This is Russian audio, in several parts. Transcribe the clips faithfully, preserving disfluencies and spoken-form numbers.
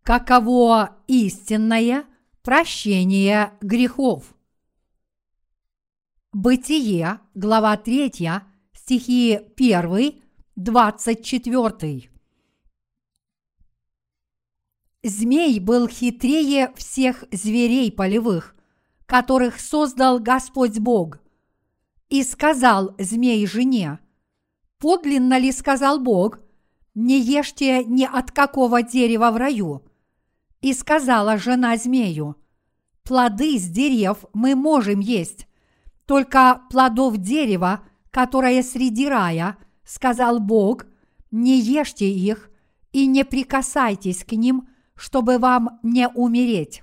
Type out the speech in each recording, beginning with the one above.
Каково истинное прощение грехов? Бытие, глава третья, стихи первый, двадцать четвёртый. Змей был хитрее всех зверей полевых, которых создал Господь Бог. И сказал змей жене: подлинно ли сказал Бог, не ешьте ни от какого дерева в раю? И сказала жена змею: плоды с дерев мы можем есть, только плодов дерева, которое среди рая, сказал Бог, не ешьте их и не прикасайтесь к ним, чтобы вам не умереть.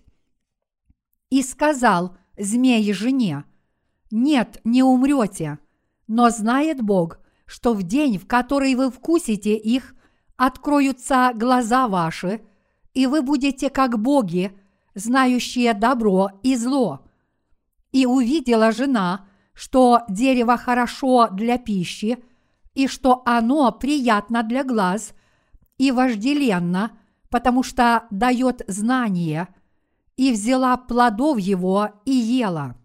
И сказал змей жене: нет, не умрете, но знает Бог, что в день, в который вы вкусите их, откроются глаза ваши, и вы будете как боги, знающие добро и зло. И увидела жена, что дерево хорошо для пищи, и что оно приятно для глаз и вожделенно, потому что дает знание, и взяла плодов его и ела.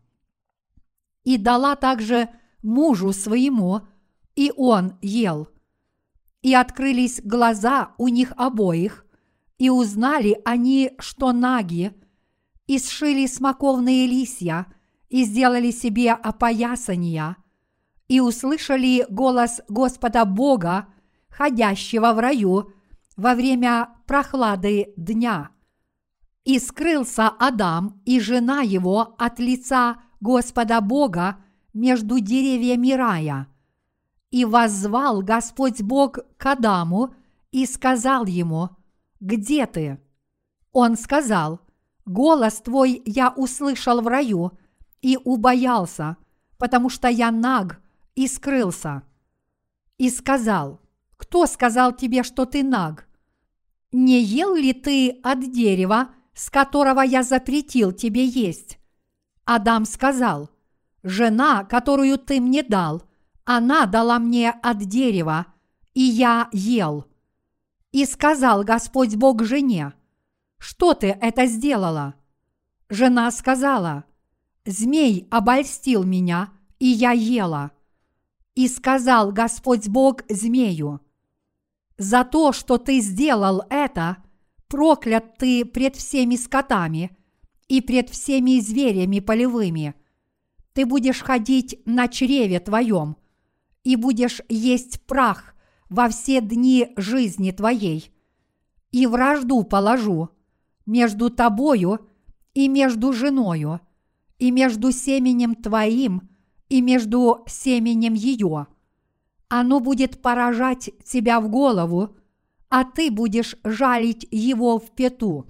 И дала также мужу своему, и он ел. И открылись глаза у них обоих, и узнали они, что наги, и сшили смоковные листья, и сделали себе опоясания, и услышали голос Господа Бога, ходящего в раю во время прохлады дня. И скрылся Адам и жена его от лица Господа Бога между деревьями рая. И воззвал Господь Бог к Адаму и сказал ему: где ты? Он сказал: голос твой я услышал в раю и убоялся, потому что я наг и скрылся. И сказал: кто сказал тебе, что ты наг? Не ел ли ты от дерева, с которого я запретил тебе есть? Адам сказал: жена, которую ты мне дал, она дала мне от дерева, и я ел. И сказал Господь Бог жене: что ты это сделала? Жена сказала: змей обольстил меня, и я ела. И сказал Господь Бог змею: за то, что ты сделал это, проклят ты пред всеми скотами и пред всеми зверями полевыми. Ты будешь ходить на чреве твоем, и будешь есть прах во все дни жизни твоей, и вражду положу между тобою и между женою, и между семенем твоим и между семенем ее. Оно будет поражать тебя в голову, а ты будешь жалить его в пяту.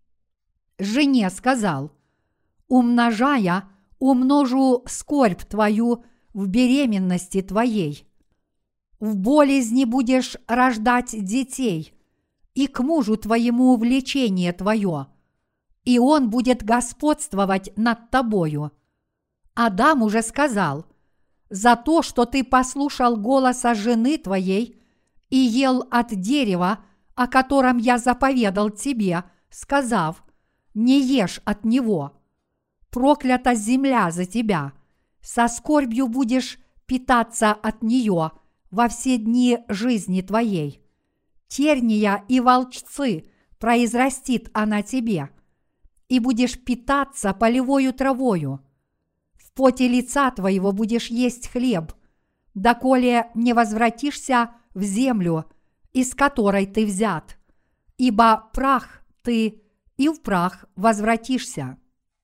Жене сказал: умножая, умножу скорбь твою в беременности твоей. В болезни будешь рождать детей, и к мужу твоему влечение твое, и он будет господствовать над тобою. Адам уже сказал: за то, что ты послушал голоса жены твоей и ел от дерева, о котором я заповедал тебе, сказав: не ешь от него. Проклята земля за тебя, со скорбью будешь питаться от нее во все дни жизни твоей. Терния и волчцы произрастит она тебе, и будешь питаться полевою травою. В поте лица твоего будешь есть хлеб, доколе не возвратишься в землю, из которой ты взят, ибо прах ты, и в прах возвратишься.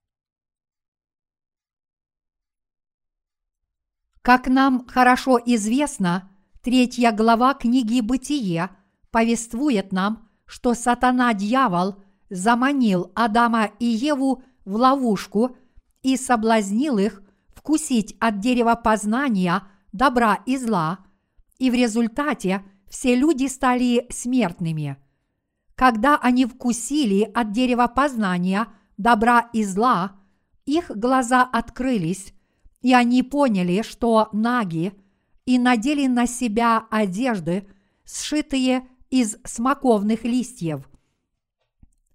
Как нам хорошо известно, третья глава книги «Бытие» повествует нам, что сатана-дьявол заманил Адама и Еву в ловушку и соблазнил их вкусить от дерева познания добра и зла, и в результате все люди стали смертными. Когда они вкусили от дерева познания добра и зла, их глаза открылись, и они поняли, что наги, и надели на себя одежды, сшитые из смоковных листьев.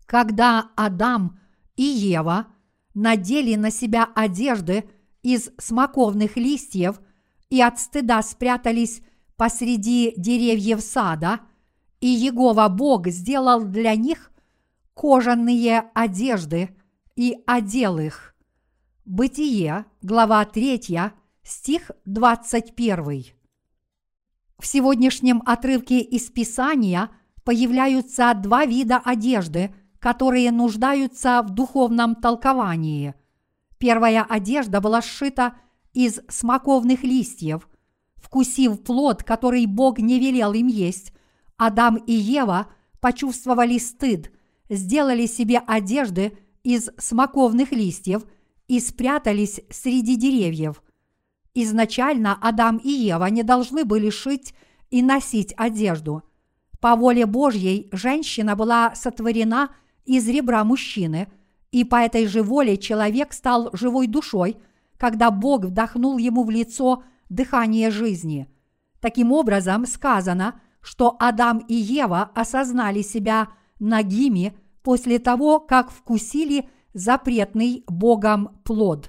Когда Адам и Ева надели на себя одежды из смоковных листьев и от стыда спрятались посреди деревьев сада, и Егова Бог сделал для них кожаные одежды и одел их. Бытие, глава третья, стих двадцать первый. В сегодняшнем отрывке из Писания появляются два вида одежды, которые нуждаются в духовном толковании. Первая одежда была сшита из смоковных листьев. Вкусив плод, который Бог не велел им есть, Адам и Ева почувствовали стыд, сделали себе одежды из смоковных листьев и спрятались среди деревьев. Изначально Адам и Ева не должны были шить и носить одежду. По воле Божьей женщина была сотворена из ребра мужчины, и по этой же воле человек стал живой душой, когда Бог вдохнул ему в лицо дыхание жизни. Таким образом, сказано, что Адам и Ева осознали себя нагими после того, как вкусили запретный Богом плод.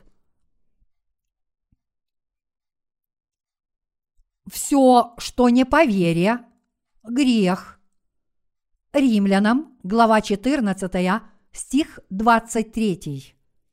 Все, что не по вере, грех. Римлянам, глава четырнадцатая, стих двадцать третий.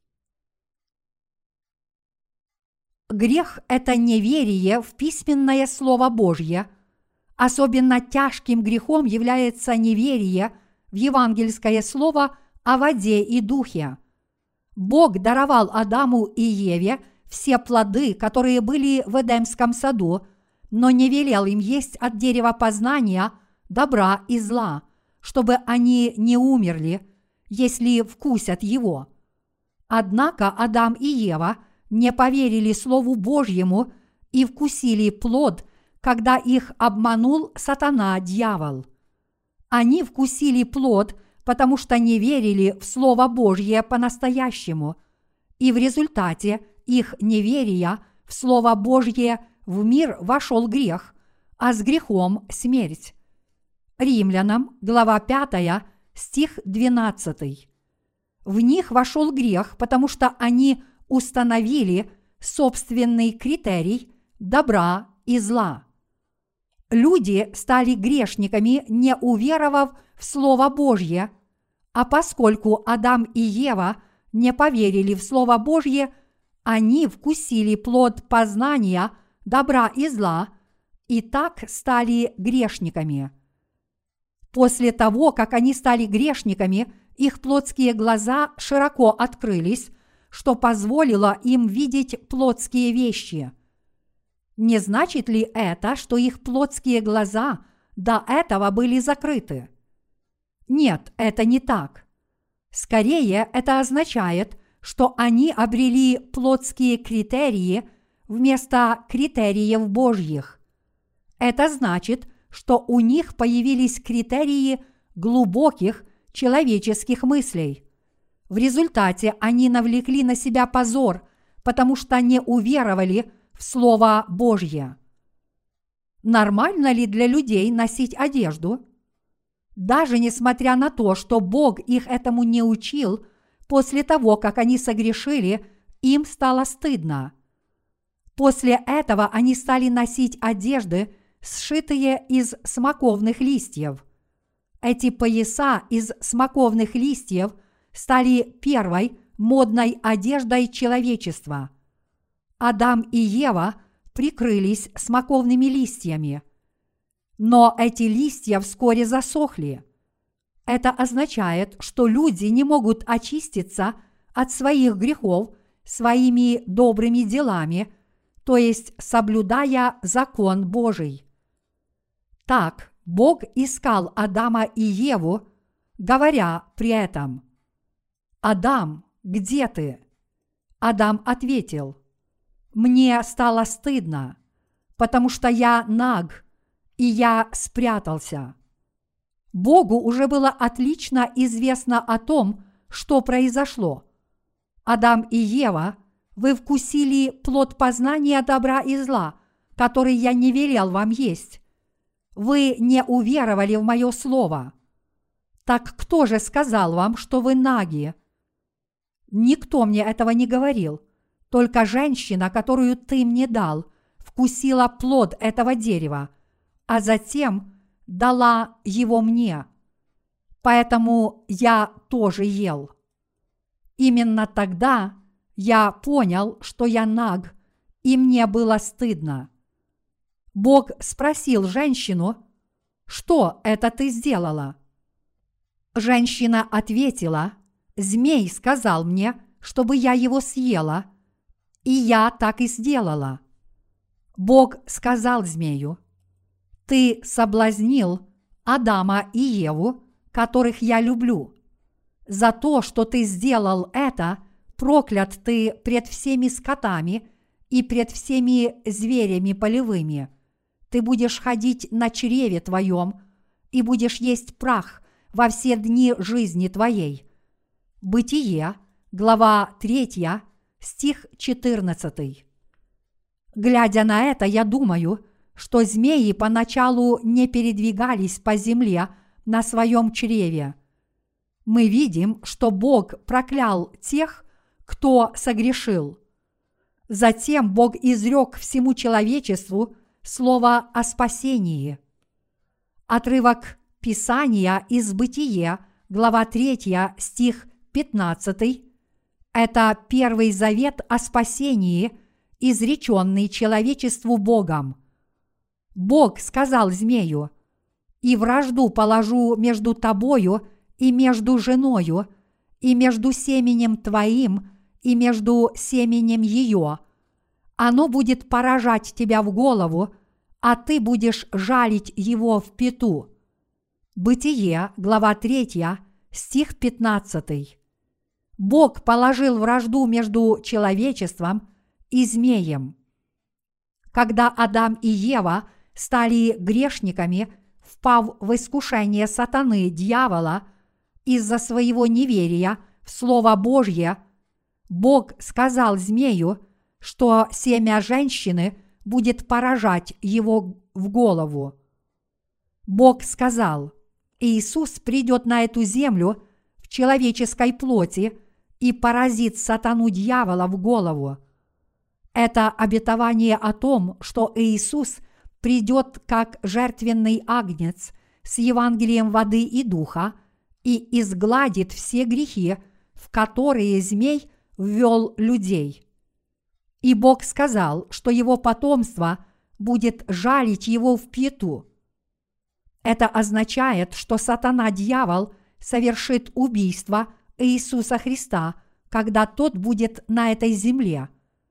Грех – это неверие в письменное Слово Божье. Особенно тяжким грехом является неверие в евангельское слово о воде и духе. Бог даровал Адаму и Еве все плоды, которые были в Эдемском саду, но не велел им есть от дерева познания добра и зла, чтобы они не умерли, если вкусят его. Однако Адам и Ева не поверили Слову Божьему и вкусили плод, когда их обманул сатана-дьявол. Они вкусили плод, потому что не верили в Слово Божье по-настоящему, и в результате их неверия в Слово Божье в мир вошел грех, а с грехом – смерть. Римлянам, глава пятая, стих двенадцатый. В них вошел грех, потому что они установили собственный критерий добра и зла. Люди стали грешниками, не уверовав в Слово Божье, а поскольку Адам и Ева не поверили в Слово Божье, они вкусили плод познания добра и зла и так стали грешниками. После того, как они стали грешниками, их плотские глаза широко открылись, что позволило им видеть плотские вещи. Не значит ли это, что их плотские глаза до этого были закрыты? Нет, это не так. Скорее, это означает, что они обрели плотские критерии вместо критериев Божьих. Это значит, что у них появились критерии глубоких человеческих мыслей. В результате они навлекли на себя позор, потому что не уверовали в Слово Божье. Нормально ли для людей носить одежду? Даже несмотря на то, что Бог их этому не учил, после того, как они согрешили, им стало стыдно. После этого они стали носить одежды, сшитые из смоковных листьев. Эти пояса из смоковных листьев стали первой модной одеждой человечества. Адам и Ева прикрылись смоковными листьями. Но эти листья вскоре засохли. Это означает, что люди не могут очиститься от своих грехов своими добрыми делами, то есть соблюдая закон Божий. Так Бог искал Адама и Еву, говоря при этом: «Адам, где ты?» Адам ответил: «Мне стало стыдно, потому что я наг, и я спрятался». Богу уже было отлично известно о том, что произошло. Адам и Ева, вы вкусили плод познания добра и зла, который я не велел вам есть. Вы не уверовали в мое слово. Так кто же сказал вам, что вы наги? Никто мне этого не говорил, только женщина, которую ты мне дал, вкусила плод этого дерева, а затем дала его мне. Поэтому я тоже ел. Именно тогда я понял, что я наг, и мне было стыдно. Бог спросил женщину: «Что это ты сделала?» Женщина ответила: «Змей сказал мне, чтобы я его съела, и я так и сделала». Бог сказал змею: «Ты соблазнил Адама и Еву, которых я люблю. За то, что ты сделал это, проклят ты пред всеми скотами и пред всеми зверями полевыми. Ты будешь ходить на чреве твоем и будешь есть прах во все дни жизни твоей». Бытие, глава третья, стих четырнадцатый. Глядя на это, я думаю, что змеи поначалу не передвигались по земле на своем чреве. Мы видим, что Бог проклял тех, кто согрешил. Затем Бог изрек всему человечеству слово о спасении. Отрывок Писания из Бытия, глава третья, стих пятнадцатый, это первый завет о спасении, изреченный человечеству Богом. Бог сказал змею: «И вражду положу между тобою и между женою, и между семенем твоим и между семенем ее. Оно будет поражать тебя в голову, а ты будешь жалить его в пяту». Бытие, глава третья, стих пятнадцатый. Бог положил вражду между человечеством и змеем. Когда Адам и Ева стали грешниками, впав в искушение сатаны, дьявола, из-за своего неверия в Слово Божье, Бог сказал змею, что семя женщины будет поражать его в голову. Бог сказал: Иисус придет на эту землю в человеческой плоти и поразит сатану дьявола в голову. Это обетование о том, что Иисус придет как жертвенный агнец с Евангелием воды и духа и изгладит все грехи, в которые змей ввел людей. И Бог сказал, что его потомство будет жалить его в пяту. Это означает, что сатана-дьявол совершит убийство Иисуса Христа, когда тот будет на этой земле.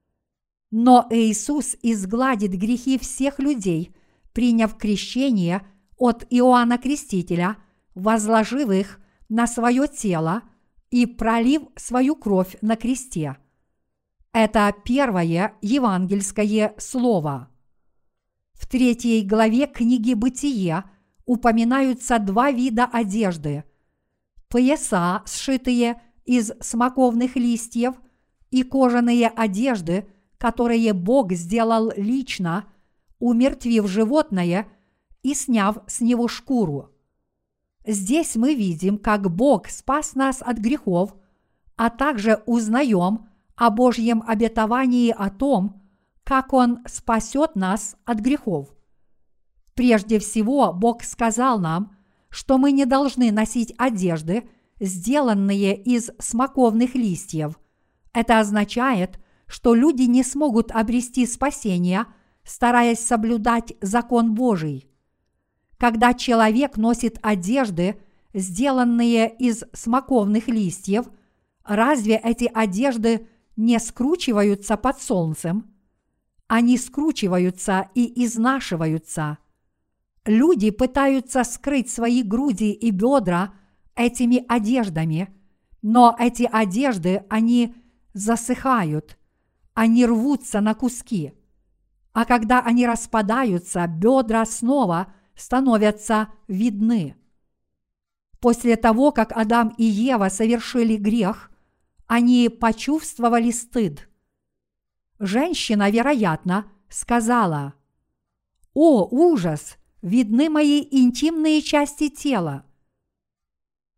Но Иисус изгладит грехи всех людей, приняв крещение от Иоанна Крестителя, возложив их на свое тело и пролив свою кровь на кресте. Это первое евангельское слово. В третьей главе книги «Бытие» упоминаются два вида одежды: пояса, сшитые из смоковных листьев, и кожаные одежды, которые Бог сделал лично, умертвив животное и сняв с него шкуру. Здесь мы видим, как Бог спас нас от грехов, а также узнаем о Божьем обетовании о том, как Он спасет нас от грехов. Прежде всего, Бог сказал нам, что мы не должны носить одежды, сделанные из смоковных листьев. Это означает, что люди не смогут обрести спасение, стараясь соблюдать закон Божий. Когда человек носит одежды, сделанные из смоковных листьев, разве эти одежды не скручиваются под солнцем? Они скручиваются и изнашиваются. Люди пытаются скрыть свои груди и бедра этими одеждами, но эти одежды, они засыхают, они рвутся на куски. А когда они распадаются, бедра снова становятся видны. После того, как Адам и Ева совершили грех, они почувствовали стыд. Женщина, вероятно, сказала: «О, ужас! Видны мои интимные части тела».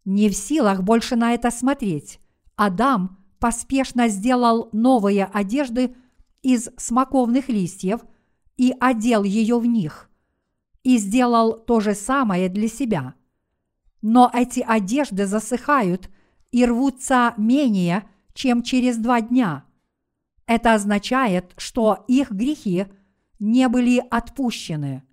Не в силах больше на это смотреть, Адам поспешно сделал новые одежды из смоковных листьев и одел ее в них, и сделал то же самое для себя. Но эти одежды засыхают и рвутся менее, чем через два дня. Это означает, что их грехи не были отпущены.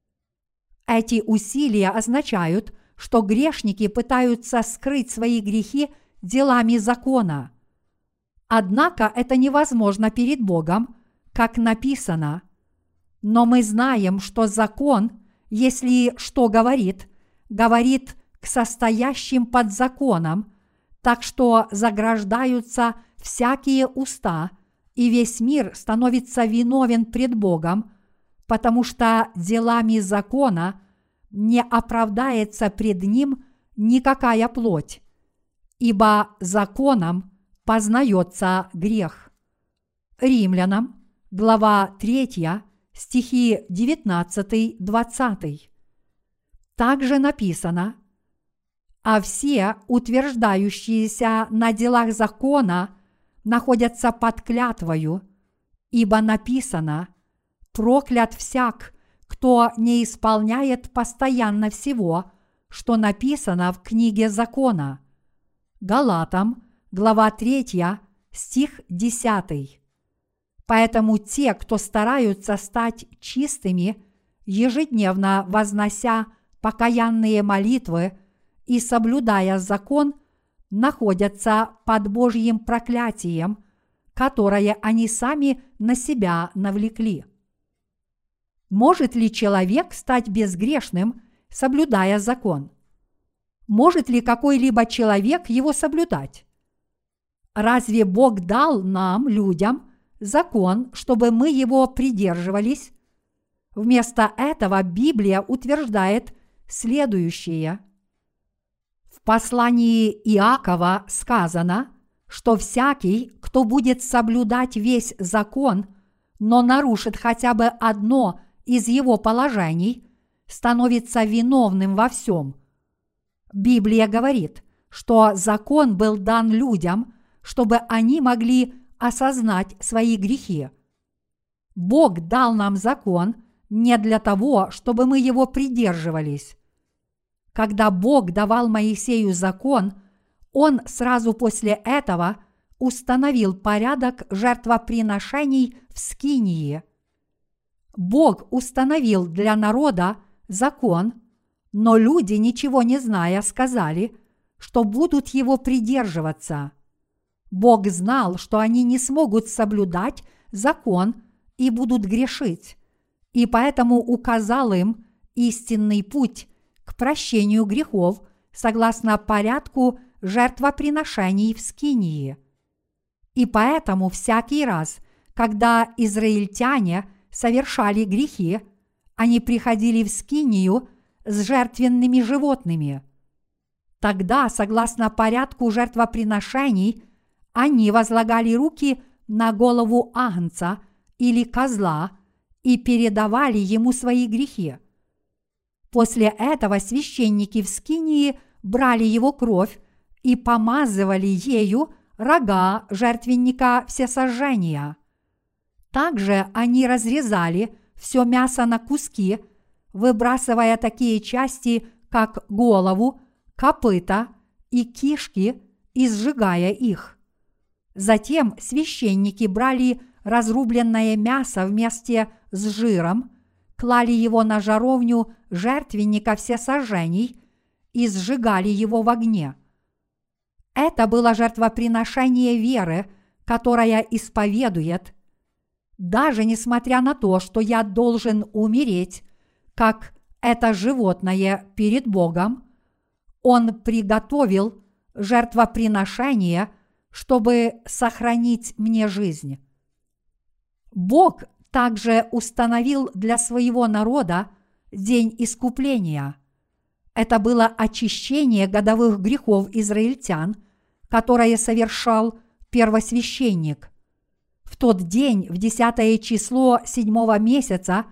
Эти усилия означают, что грешники пытаются скрыть свои грехи делами закона. Однако это невозможно перед Богом, как написано. Но мы знаем, что закон, если что говорит, говорит к состоящим под законом, так что заграждаются всякие уста, и весь мир становится виновен пред Богом, потому что делами закона не оправдается пред Ним никакая плоть, ибо законом познается грех. Римлянам, глава третья, стихи девятнадцатый-двадцатый. Также написано: «А все, утверждающиеся на делах закона, находятся под клятвою, ибо написано: проклят всяк, кто не исполняет постоянно всего, что написано в книге закона». Галатам, глава третья, стих десятый. Поэтому те, кто стараются стать чистыми, ежедневно вознося покаянные молитвы и соблюдая закон, находятся под Божьим проклятием, которое они сами на себя навлекли. Может ли человек стать безгрешным, соблюдая закон? Может ли какой-либо человек его соблюдать? Разве Бог дал нам, людям, закон, чтобы мы его придерживались? Вместо этого Библия утверждает следующее. В послании Иакова сказано, что всякий, кто будет соблюдать весь закон, но нарушит хотя бы одно из его положений, становится виновным во всем. Библия говорит, что закон был дан людям, чтобы они могли осознать свои грехи. Бог дал нам закон не для того, чтобы мы его придерживались. Когда Бог давал Моисею закон, Он сразу после этого установил порядок жертвоприношений в Скинии. Бог установил для народа закон, но люди, ничего не зная, сказали, что будут его придерживаться. Бог знал, что они не смогут соблюдать закон и будут грешить, и поэтому указал им истинный путь к прощению грехов согласно порядку жертвоприношений в Скинии. И поэтому всякий раз, когда израильтяне совершали грехи, они приходили в Скинию с жертвенными животными. Тогда, согласно порядку жертвоприношений, они возлагали руки на голову агнца или козла и передавали ему свои грехи. После этого священники в Скинии брали его кровь и помазывали ею рога жертвенника всесожжения. Также они разрезали все мясо на куски, выбрасывая такие части, как голову, копыта и кишки, и сжигая их. Затем священники брали разрубленное мясо вместе с жиром, клали его на жаровню жертвенника всесожжений и сжигали его в огне. Это было жертвоприношение веры, которая исповедует: даже несмотря на то, что я должен умереть, как это животное перед Богом, Он приготовил жертвоприношение, чтобы сохранить мне жизнь. Бог также установил для своего народа день искупления. Это было очищение годовых грехов израильтян, которое совершал первосвященник. В тот день, в десятое число седьмого месяца,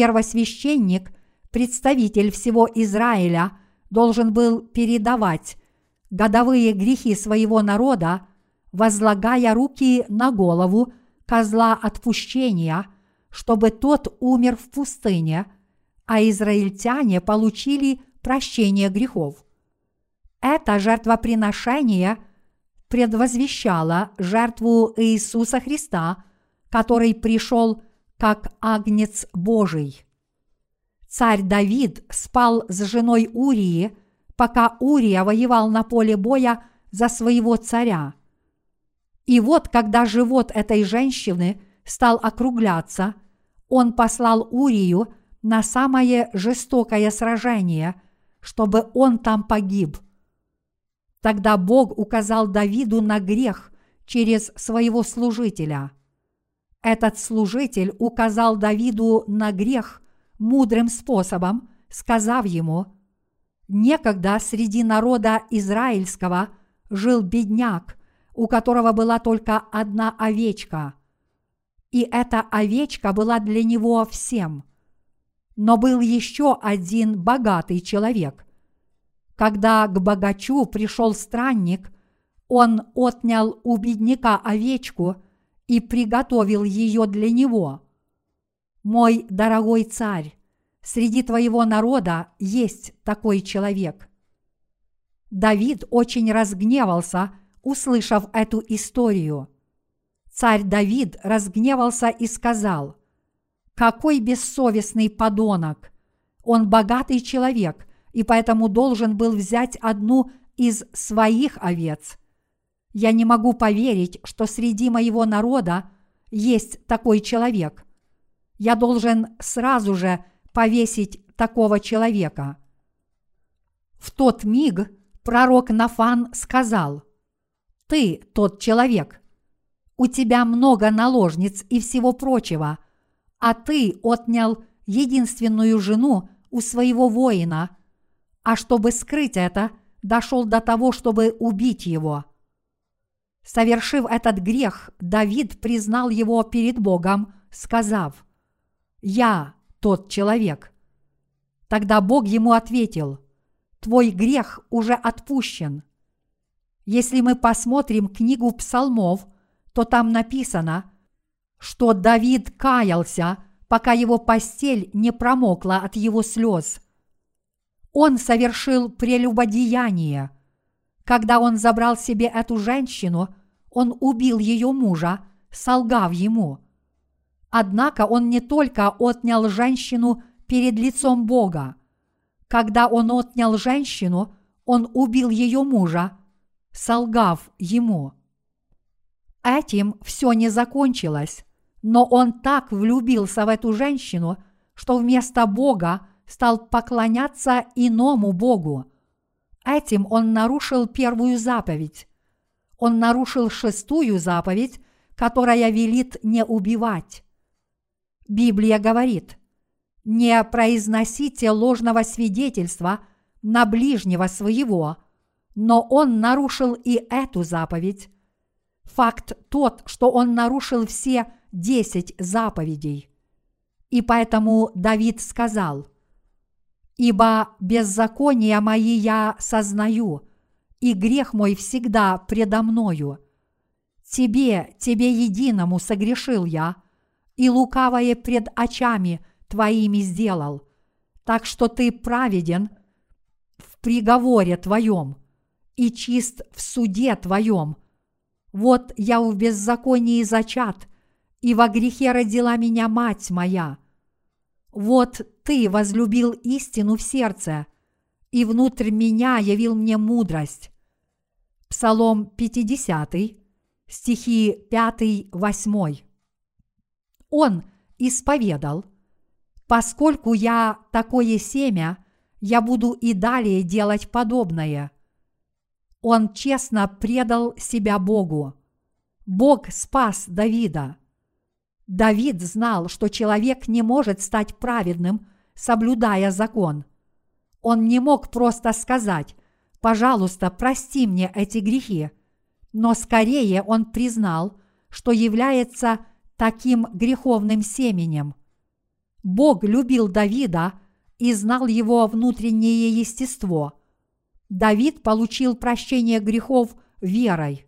первосвященник, представитель всего Израиля, должен был передавать годовые грехи своего народа, возлагая руки на голову козла отпущения, чтобы тот умер в пустыне, а израильтяне получили прощение грехов. Это жертвоприношение предвозвещало жертву Иисуса Христа, который пришел как Агнец Божий. Царь Давид спал с женой Урии, пока Урия воевал на поле боя за своего царя. И вот, когда живот этой женщины стал округляться, он послал Урию на самое жестокое сражение, чтобы он там погиб. Тогда Бог указал Давиду на грех через своего служителя. Этот служитель указал Давиду на грех мудрым способом, сказав ему: «Некогда среди народа израильского жил бедняк, у которого была только одна овечка, и эта овечка была для него всем. Но был еще один богатый человек. Когда к богачу пришел странник, он отнял у бедняка овечку и приготовил ее для него. Мой дорогой царь, среди твоего народа есть такой человек». Давид очень разгневался, услышав эту историю. Царь Давид разгневался и сказал: «Какой бессовестный подонок! Он богатый человек, и поэтому должен был взять одну из своих овец. Я не могу поверить, что среди моего народа есть такой человек. Я должен сразу же повесить такого человека». В тот миг пророк Нафан сказал: «Ты тот человек. У тебя много наложниц и всего прочего, а ты отнял единственную жену у своего воина, а чтобы скрыть это, дошел до того, чтобы убить его». Совершив этот грех, Давид признал его перед Богом, сказав: «Я тот человек». Тогда Бог ему ответил: «Твой грех уже отпущен». Если мы посмотрим книгу Псалмов, то там написано, что Давид каялся, пока его постель не промокла от его слез. Он совершил прелюбодеяние. Когда он забрал себе эту женщину, он убил ее мужа, солгав ему. Однако он не только отнял женщину перед лицом Бога. Когда он отнял женщину, он убил ее мужа, солгав ему. Этим все не закончилось, но он так влюбился в эту женщину, что вместо Бога стал поклоняться иному богу. Этим он нарушил первую заповедь. Он нарушил шестую заповедь, которая велит не убивать. Библия говорит: «Не произносите ложного свидетельства на ближнего своего», но он нарушил и эту заповедь. Факт тот, что он нарушил все десять заповедей. И поэтому Давид сказал: «Ибо беззакония мои я сознаю, и грех мой всегда предо мною. Тебе, тебе единому согрешил я, и лукавое пред очами твоими сделал, так что ты праведен в приговоре твоем и чист в суде твоем. Вот я в беззаконии зачат, и во грехе родила меня мать моя. Вот ты возлюбил истину в сердце, и внутрь меня явил мне мудрость». Псалом пятидесятый, стихи пятый-восьмой. Он исповедал: «Поскольку я такое семя, я буду и далее делать подобное». Он честно предал себя Богу. Бог спас Давида. Давид знал, что человек не может стать праведным, соблюдая закон. Он не мог просто сказать: «Пожалуйста, прости мне эти грехи», но скорее он признал, что является таким греховным семенем. Бог любил Давида и знал его внутреннее естество. Давид получил прощение грехов верой.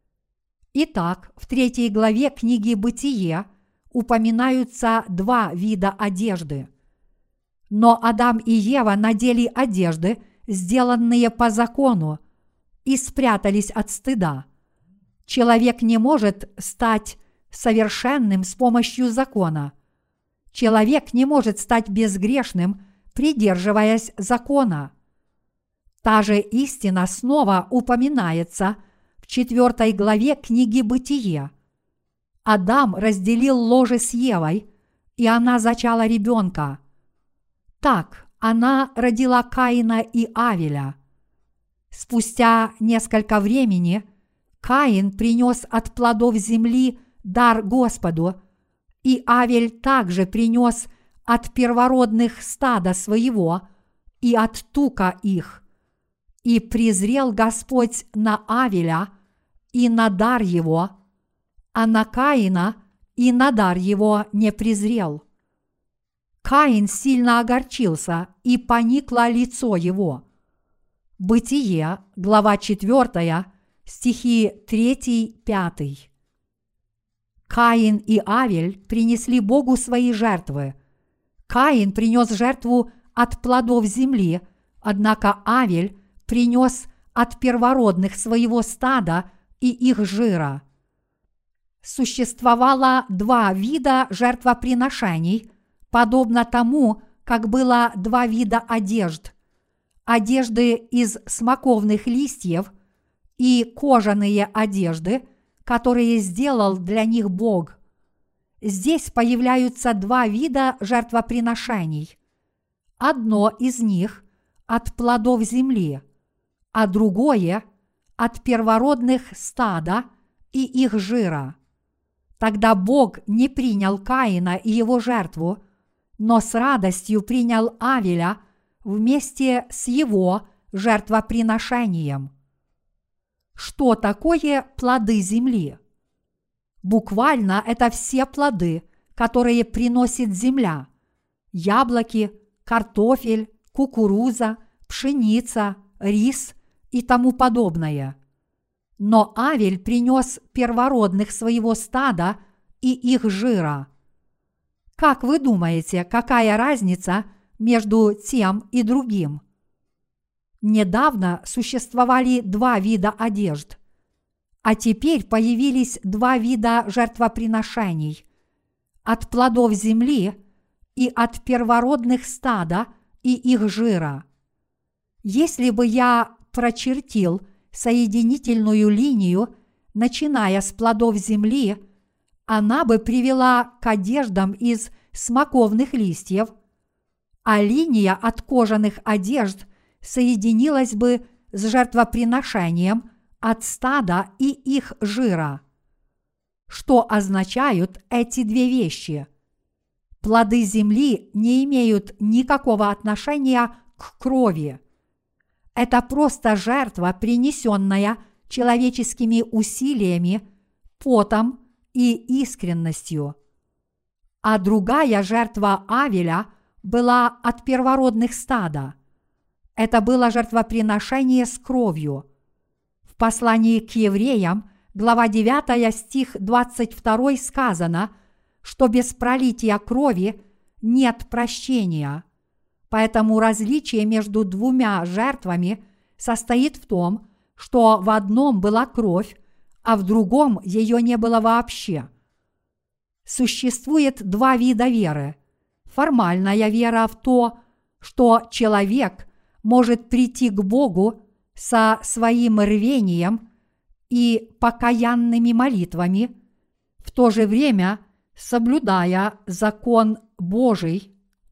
Итак, в третьей главе книги «Бытие» упоминаются два вида одежды. Но Адам и Ева надели одежды, сделанные по закону, и спрятались от стыда. Человек не может стать совершенным с помощью закона. Человек не может стать безгрешным, придерживаясь закона. Та же истина снова упоминается в четвертой главе книги «Бытие». Адам разделил ложе с Евой, и она зачала ребенка. Так она родила Каина и Авеля. Спустя несколько времени Каин принес от плодов земли дар Господу, и Авель также принес от первородных стада своего и от тука их. И презрел Господь на Авеля и на дар его, а на Каина и на дар его не презрел. Каин сильно огорчился, и поникло лицо его. Бытие, глава четвертая, стихи три-пять. Каин и Авель принесли Богу свои жертвы. Каин принес жертву от плодов земли, однако Авель принес от первородных своего стада и их жира. Существовало два вида жертвоприношений, подобно тому, как было два вида одежд. Одежды из смоковных листьев и кожаные одежды, которые сделал для них Бог. Здесь появляются два вида жертвоприношений. Одно из них от плодов земли, а другое от первородных стада и их жира. Тогда Бог не принял Каина и его жертву, но с радостью принял Авеля вместе с его жертвоприношением. Что такое плоды земли? Буквально это все плоды, которые приносит земля: яблоки, картофель, кукуруза, пшеница, рис и тому подобное. Но Авель принес первородных своего стада и их жира. Как вы думаете, какая разница между тем и другим? Недавно существовали два вида одежд, а теперь появились два вида жертвоприношений: от плодов земли и от первородных стада и их жира. Если бы я прочертил соединительную линию, начиная с плодов земли, она бы привела к одеждам из смоковных листьев, а линия от кожаных одежд соединилась бы с жертвоприношением от стада и их жира. Что означают эти две вещи? Плоды земли не имеют никакого отношения к крови. Это просто жертва, принесенная человеческими усилиями, потом и искренностью. А другая жертва Авеля была от первородных стада. Это было жертвоприношение с кровью. В послании к евреям, глава девятая, стих двадцать два, сказано, что без пролития крови нет прощения. Поэтому различие между двумя жертвами состоит в том, что в одном была кровь, а в другом ее не было вообще. Существует два вида веры. Формальная вера в то, что человек может прийти к Богу со своим рвением и покаянными молитвами, в то же время соблюдая закон Божий,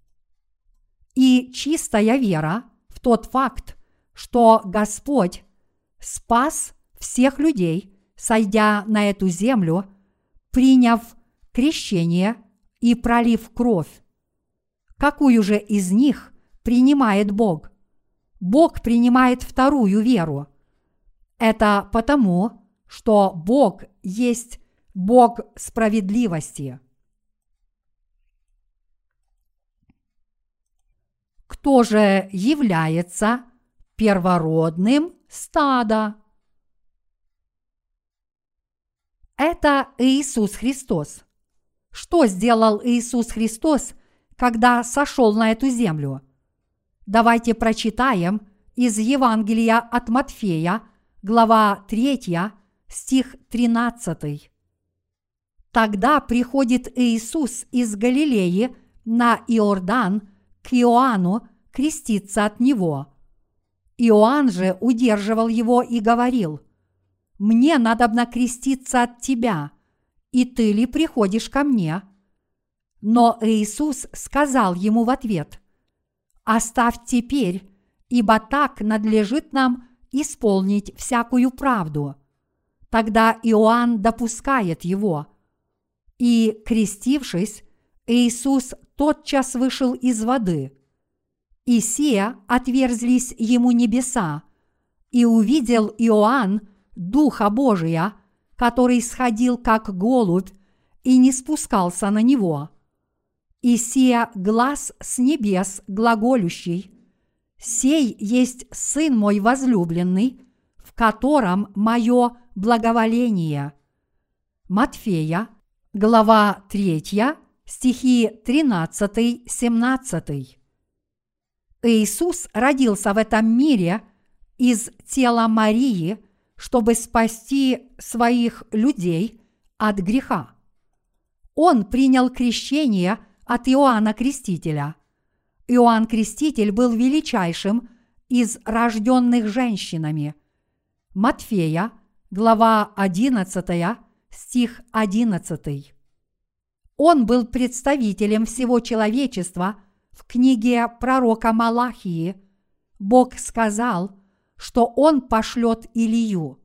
и чистая вера в тот факт, что Господь спас всех людей, сойдя на эту землю, приняв крещение и пролив кровь. Какую же из них принимает Бог? Бог принимает вторую веру. Это потому, что Бог есть Бог справедливости. Кто же является первородным стада. Это Иисус Христос. Что сделал Иисус Христос, когда сошел на эту землю? Давайте прочитаем из Евангелия от Матфея, глава третья, стих тринадцатый. Тогда приходит Иисус из Галилеи на Иордан к Иоанну креститься от него. Иоанн же удерживал его и говорил: «Мне надобно креститься от тебя, и ты ли приходишь ко мне?» Но Иисус сказал ему в ответ: «Оставь теперь, ибо так надлежит нам исполнить всякую правду». Тогда Иоанн допускает его. И, крестившись, Иисус тотчас вышел из воды. И сия отверзлись ему небеса, и увидел Иоанн Духа Божия, который сходил как голубь и не спускался на него. И сия глас с небес глаголющий: «Сей есть Сын мой возлюбленный, в котором мое благоволение». Матфея, глава третья, стихи тринадцатый-семнадцатый. Иисус родился в этом мире из тела Марии, чтобы спасти своих людей от греха. Он принял крещение от Иоанна Крестителя. Иоанн Креститель был величайшим из рожденных женщинами. Матфея, глава одиннадцатая, стих одиннадцатый. Он был представителем всего человечества. В книге пророка Малахии Бог сказал, что Он пошлет Илию.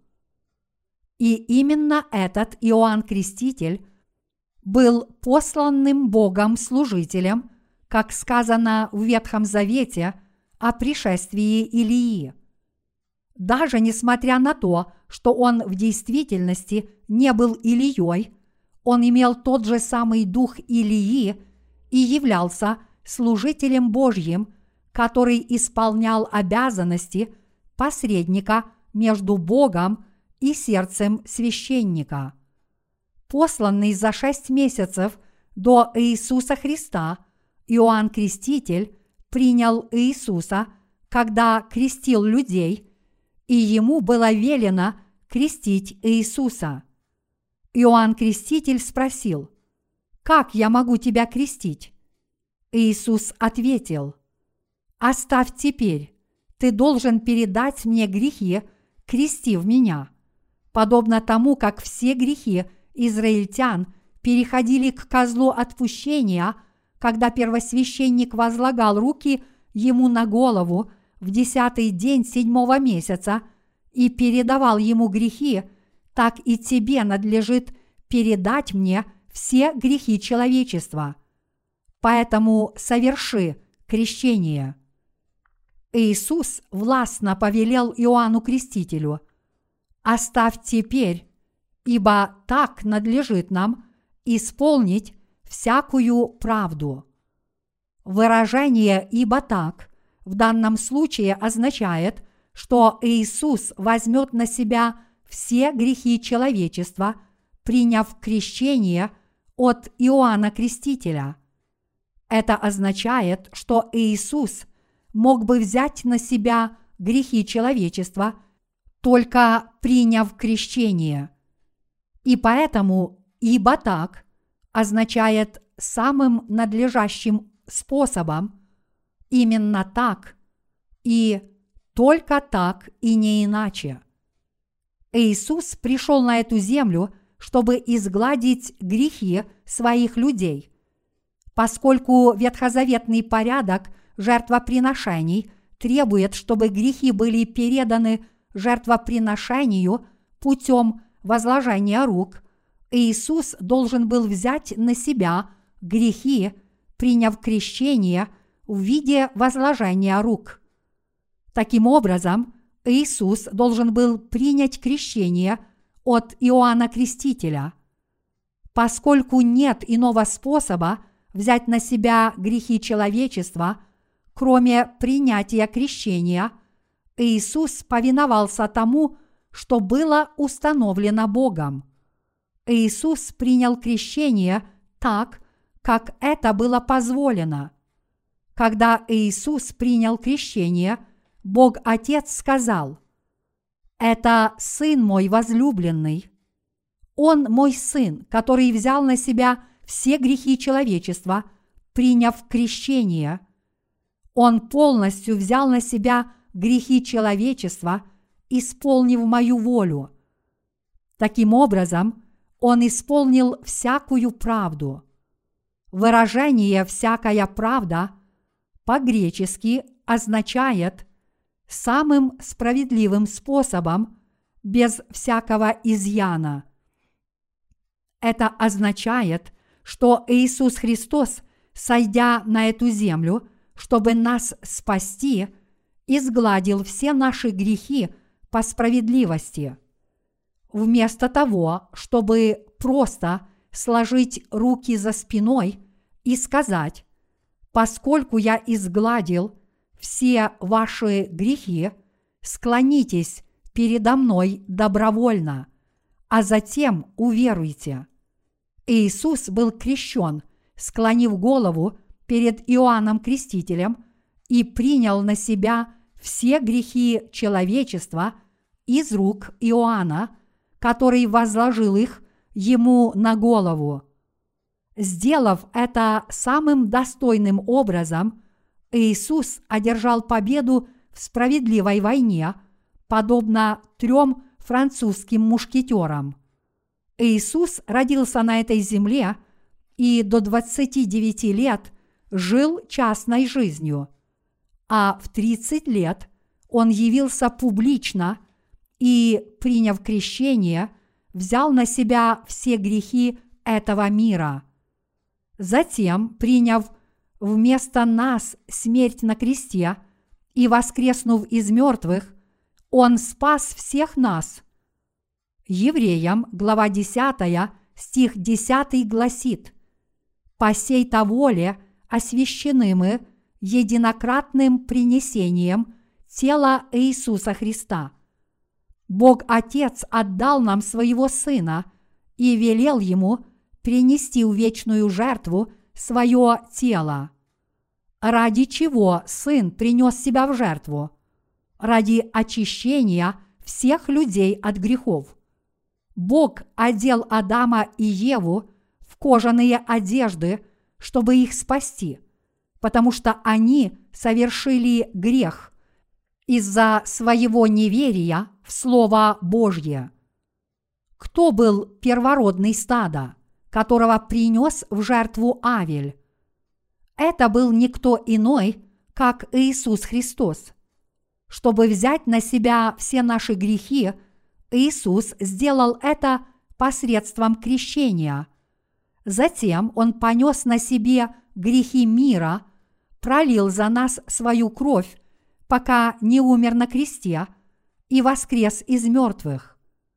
И именно этот Иоанн Креститель был посланным Богом служителем, как сказано в Ветхом Завете о пришествии Илии. Даже несмотря на то, что он в действительности не был Илией, он имел тот же самый дух Илии и являлся служителем Божьим, который исполнял обязанности посредника между Богом и сердцем священника. Посланный за шесть месяцев до Иисуса Христа, Иоанн Креститель принял Иисуса, когда крестил людей, и ему было велено крестить Иисуса. Иоанн Креститель спросил: «Как я могу тебя крестить?» Иисус ответил: «Оставь теперь, ты должен передать мне грехи, крестив меня, подобно тому, как все грехи израильтян переходили к козлу отпущения, когда первосвященник возлагал руки ему на голову в десятый день седьмого месяца и передавал ему грехи, так и тебе надлежит передать мне все грехи человечества. Поэтому соверши крещение». Иисус властно повелел Иоанну Крестителю: «Оставь теперь, ибо так надлежит нам исполнить всякую правду». Выражение «ибо так» в данном случае означает, что Иисус возьмет на себя все грехи человечества, приняв крещение от Иоанна Крестителя. Это означает, что Иисус мог бы взять на себя грехи человечества, только приняв крещение. И поэтому «ибо так» означает самым надлежащим способом, именно так и только так и не иначе. Иисус пришел на эту землю, чтобы изгладить грехи своих людей. Поскольку ветхозаветный порядок жертвоприношений требует, чтобы грехи были переданы жертвоприношению путем возложения рук, Иисус должен был взять на себя грехи, приняв крещение в виде возложения рук. Таким образом, Иисус должен был принять крещение от Иоанна Крестителя. Поскольку нет иного способа взять на себя грехи человечества, кроме принятия крещения, Иисус повиновался тому, что было установлено Богом. Иисус принял крещение так, как это было позволено. Когда Иисус принял крещение, Бог Отец сказал: «Это Сын мой возлюбленный. Он мой Сын, который взял на себя все грехи человечества, приняв крещение. Он полностью взял на себя грехи человечества, исполнив мою волю. Таким образом, Он исполнил всякую правду». Выражение «всякая правда» по-гречески означает «самым справедливым способом, без всякого изъяна». Это означает, что Иисус Христос, сойдя на эту землю, чтобы нас спасти, изгладил все наши грехи по справедливости. Вместо того, чтобы просто сложить руки за спиной и сказать: «Поскольку я изгладил все ваши грехи, склонитесь передо мной добровольно, а затем уверуйте». Иисус был крещен, склонив голову перед Иоанном Крестителем, и принял на себя все грехи человечества из рук Иоанна, который возложил их ему на голову. Сделав это самым достойным образом, Иисус одержал победу в справедливой войне, подобно трем французским мушкетерам. Иисус родился на этой земле и до двадцати девяти лет жил частной жизнью, а в тридцать лет Он явился публично и, приняв крещение, взял на себя все грехи этого мира. Затем, приняв вместо нас смерть на кресте и воскреснув из мертвых, Он спас всех нас. Евреям, глава десятая, стих десятый гласит: «По сей-то воле освящены мы единократным принесением тела Иисуса Христа». Бог Отец отдал нам Своего Сына и велел Ему принести в вечную жертву свое тело. Ради чего Сын принес себя в жертву? Ради очищения всех людей от грехов. Бог одел Адама и Еву в кожаные одежды, чтобы их спасти, потому что они совершили грех из-за своего неверия в Слово Божье. Кто был первородный стада, которого принес в жертву Авель? Это был никто иной, как Иисус Христос. Чтобы взять на себя все наши грехи, Иисус сделал это посредством крещения. Затем Он понес на себе грехи мира, пролил за нас свою кровь, пока не умер на кресте, и воскрес из мертвых.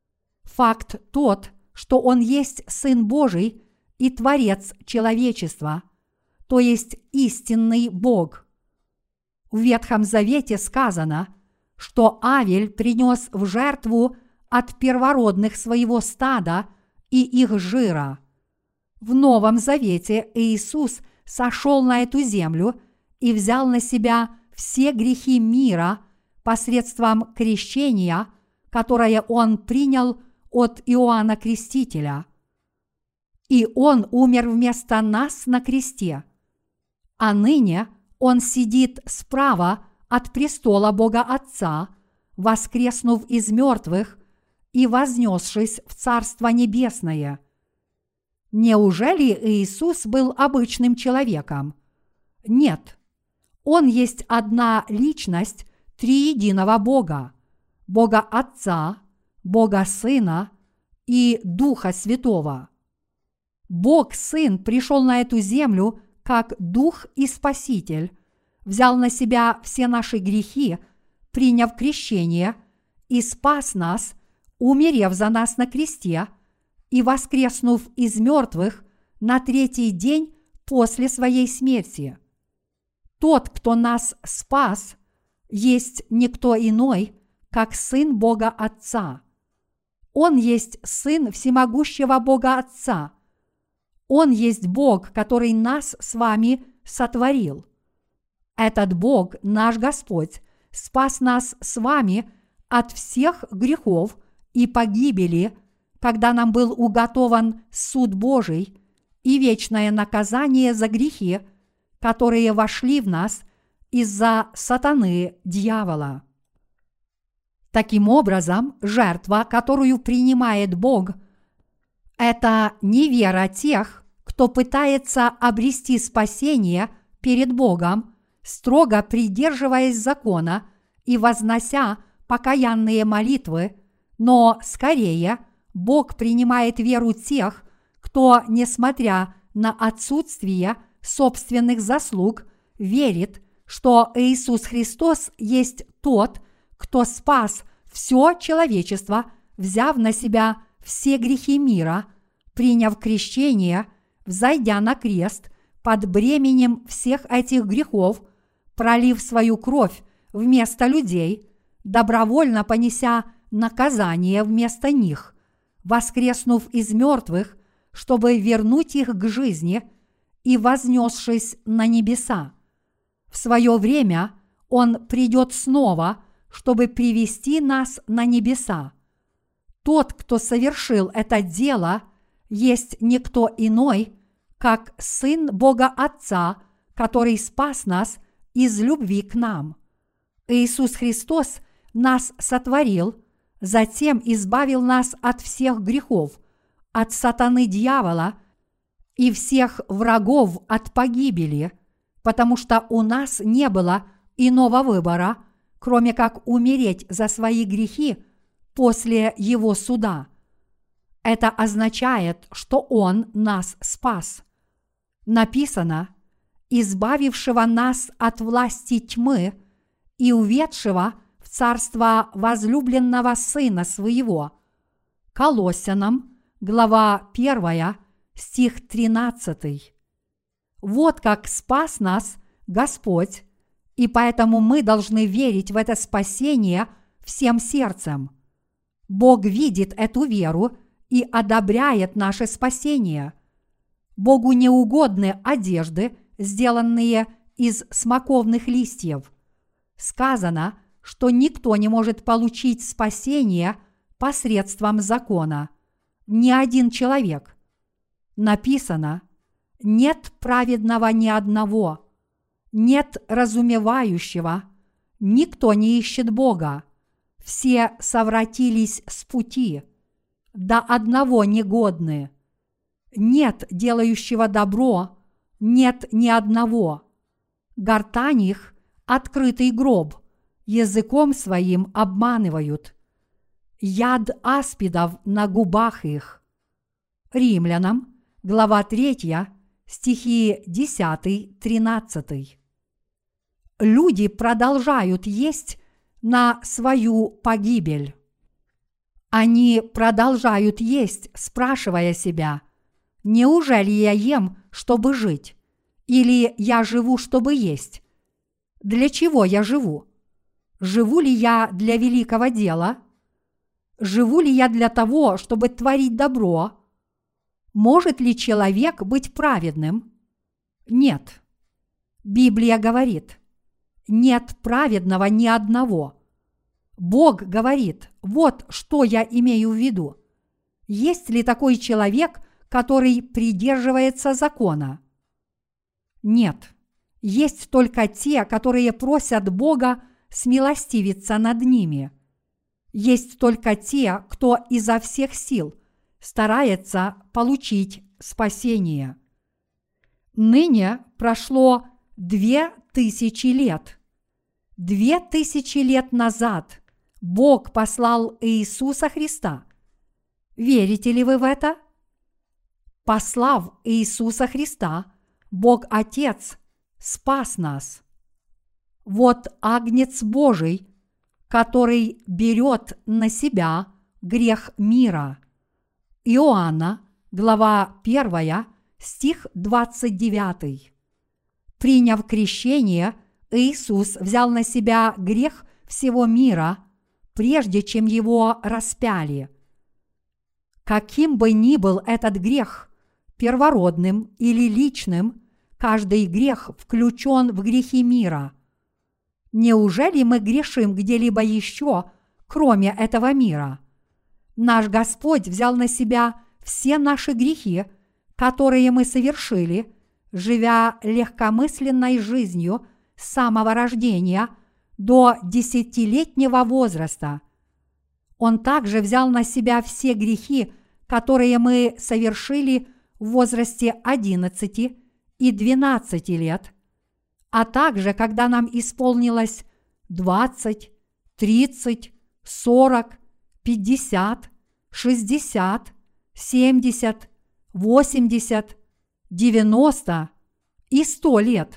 Факт тот, что Он есть Сын Божий и Творец человечества, то есть истинный Бог. В Ветхом Завете сказано, что Авель принес в жертву от первородных своего стада и их жира. В Новом Завете Иисус сошел на эту землю и взял на себя все грехи мира посредством крещения, которое Он принял от Иоанна Крестителя. И Он умер вместо нас на кресте. А ныне Он сидит справа от престола Бога Отца, воскреснув из мертвых и вознесшись в Царство Небесное. Неужели Иисус был обычным человеком? Нет. Он есть одна личность триединого Бога, Бога Отца, Бога Сына и Духа Святого. Бог Сын пришел на эту землю как Дух и Спаситель, взял на себя все наши грехи, приняв крещение, и спас нас, умерев за нас на кресте и воскреснув из мертвых на третий день после своей смерти. Тот, кто нас спас, есть никто иной, как Сын Бога Отца. Он есть Сын всемогущего Бога Отца. Он есть Бог, который нас с вами сотворил. Этот Бог, наш Господь, спас нас с вами от всех грехов и погибели, когда нам был уготован суд Божий и вечное наказание за грехи, которые вошли в нас из-за сатаны дьявола. Таким образом, жертва, которую принимает Бог, это не вера тех, кто пытается обрести спасение перед Богом, строго придерживаясь закона и вознося покаянные молитвы, но скорее Бог принимает веру тех, кто, несмотря на отсутствие собственных заслуг, верит, что Иисус Христос есть тот, кто спас все человечество, взяв на себя все грехи мира, приняв крещение, взойдя на крест под бременем всех этих грехов, пролив свою кровь вместо людей, добровольно понеся наказание вместо них, воскреснув из мертвых, чтобы вернуть их к жизни и вознесшись на небеса. В свое время Он придет снова, чтобы привести нас на небеса. Тот, кто совершил это дело, есть никто иной, как Сын Бога Отца, который спас нас из любви к нам. Иисус Христос нас сотворил, затем избавил нас от всех грехов, от сатаны дьявола и всех врагов от погибели, потому что у нас не было иного выбора, кроме как умереть за свои грехи после Его суда. Это означает, что Он нас спас. Написано: избавившего нас от власти тьмы и уведшего в царство возлюбленного Сына Своего. Колоссянам, глава первая, стих тринадцатый. Вот как спас нас Господь, и поэтому мы должны верить в это спасение всем сердцем. Бог видит эту веру и одобряет наше спасение. Богу не угодны одежды, сделанные из смоковных листьев. Сказано, что никто не может получить спасение посредством закона. Ни один человек. Написано: нет праведного ни одного, нет разумевающего, никто не ищет Бога. Все совратились с пути, до одного негодны. Нет делающего добро, нет ни одного. Гортань их – открытый гроб, языком своим обманывают. Яд аспидов на губах их. Римлянам, глава третья, стихи десятый-тринадцатый. Люди продолжают есть на свою погибель. Они продолжают есть, спрашивая себя: неужели я ем, чтобы жить? Или я живу, чтобы есть? Для чего я живу? Живу ли я для великого дела? Живу ли я для того, чтобы творить добро? Может ли человек быть праведным? Нет. Библия говорит: нет праведного ни одного. Бог говорит: вот что я имею в виду. Есть ли такой человек, который придерживается закона? Нет. Есть только те, которые просят Бога смилостивиться над ними. Есть только те, кто изо всех сил старается получить спасение. Ныне прошло две тысячи лет. Две тысячи лет назад Бог послал Иисуса Христа. Верите ли вы в это? Послав Иисуса Христа, Бог Отец спас нас. Вот Агнец Божий, который берет на себя грех мира. Иоанна, глава первая, стих двадцать девятый. Приняв крещение, Иисус взял на себя грех всего мира, прежде чем его распяли. Каким бы ни был этот грех, первородным или личным, каждый грех включен в грехи мира. Неужели мы грешим где-либо еще, кроме этого мира? Наш Господь взял на себя все наши грехи, которые мы совершили, живя легкомысленной жизнью с самого рождения до десятилетнего возраста. Он также взял на себя все грехи, которые мы совершили в возрасте одиннадцати и двенадцати лет, а также когда нам исполнилось двадцать, тридцать, сорок, пятьдесят, шестьдесят, семьдесят, восемьдесят, девяносто и сто лет.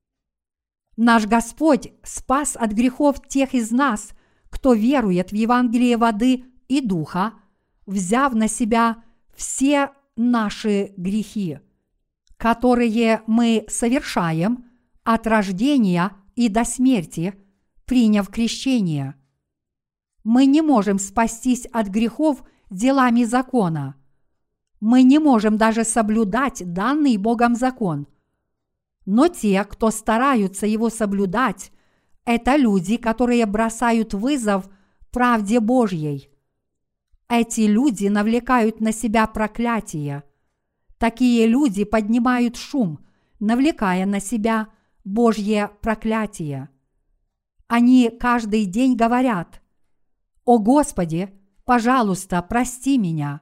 Наш Господь спас от грехов тех из нас, кто верует в Евангелие воды и духа, взяв на себя все наши грехи, которые мы совершаем от рождения и до смерти, приняв крещение. Мы не можем спастись от грехов делами закона. Мы не можем даже соблюдать данный Богом закон. Но те, кто стараются его соблюдать, это люди, которые бросают вызов правде Божьей. Эти люди навлекают на себя проклятие. Такие люди поднимают шум, навлекая на себя Божье проклятие. Они каждый день говорят: «О Господи, пожалуйста, прости меня».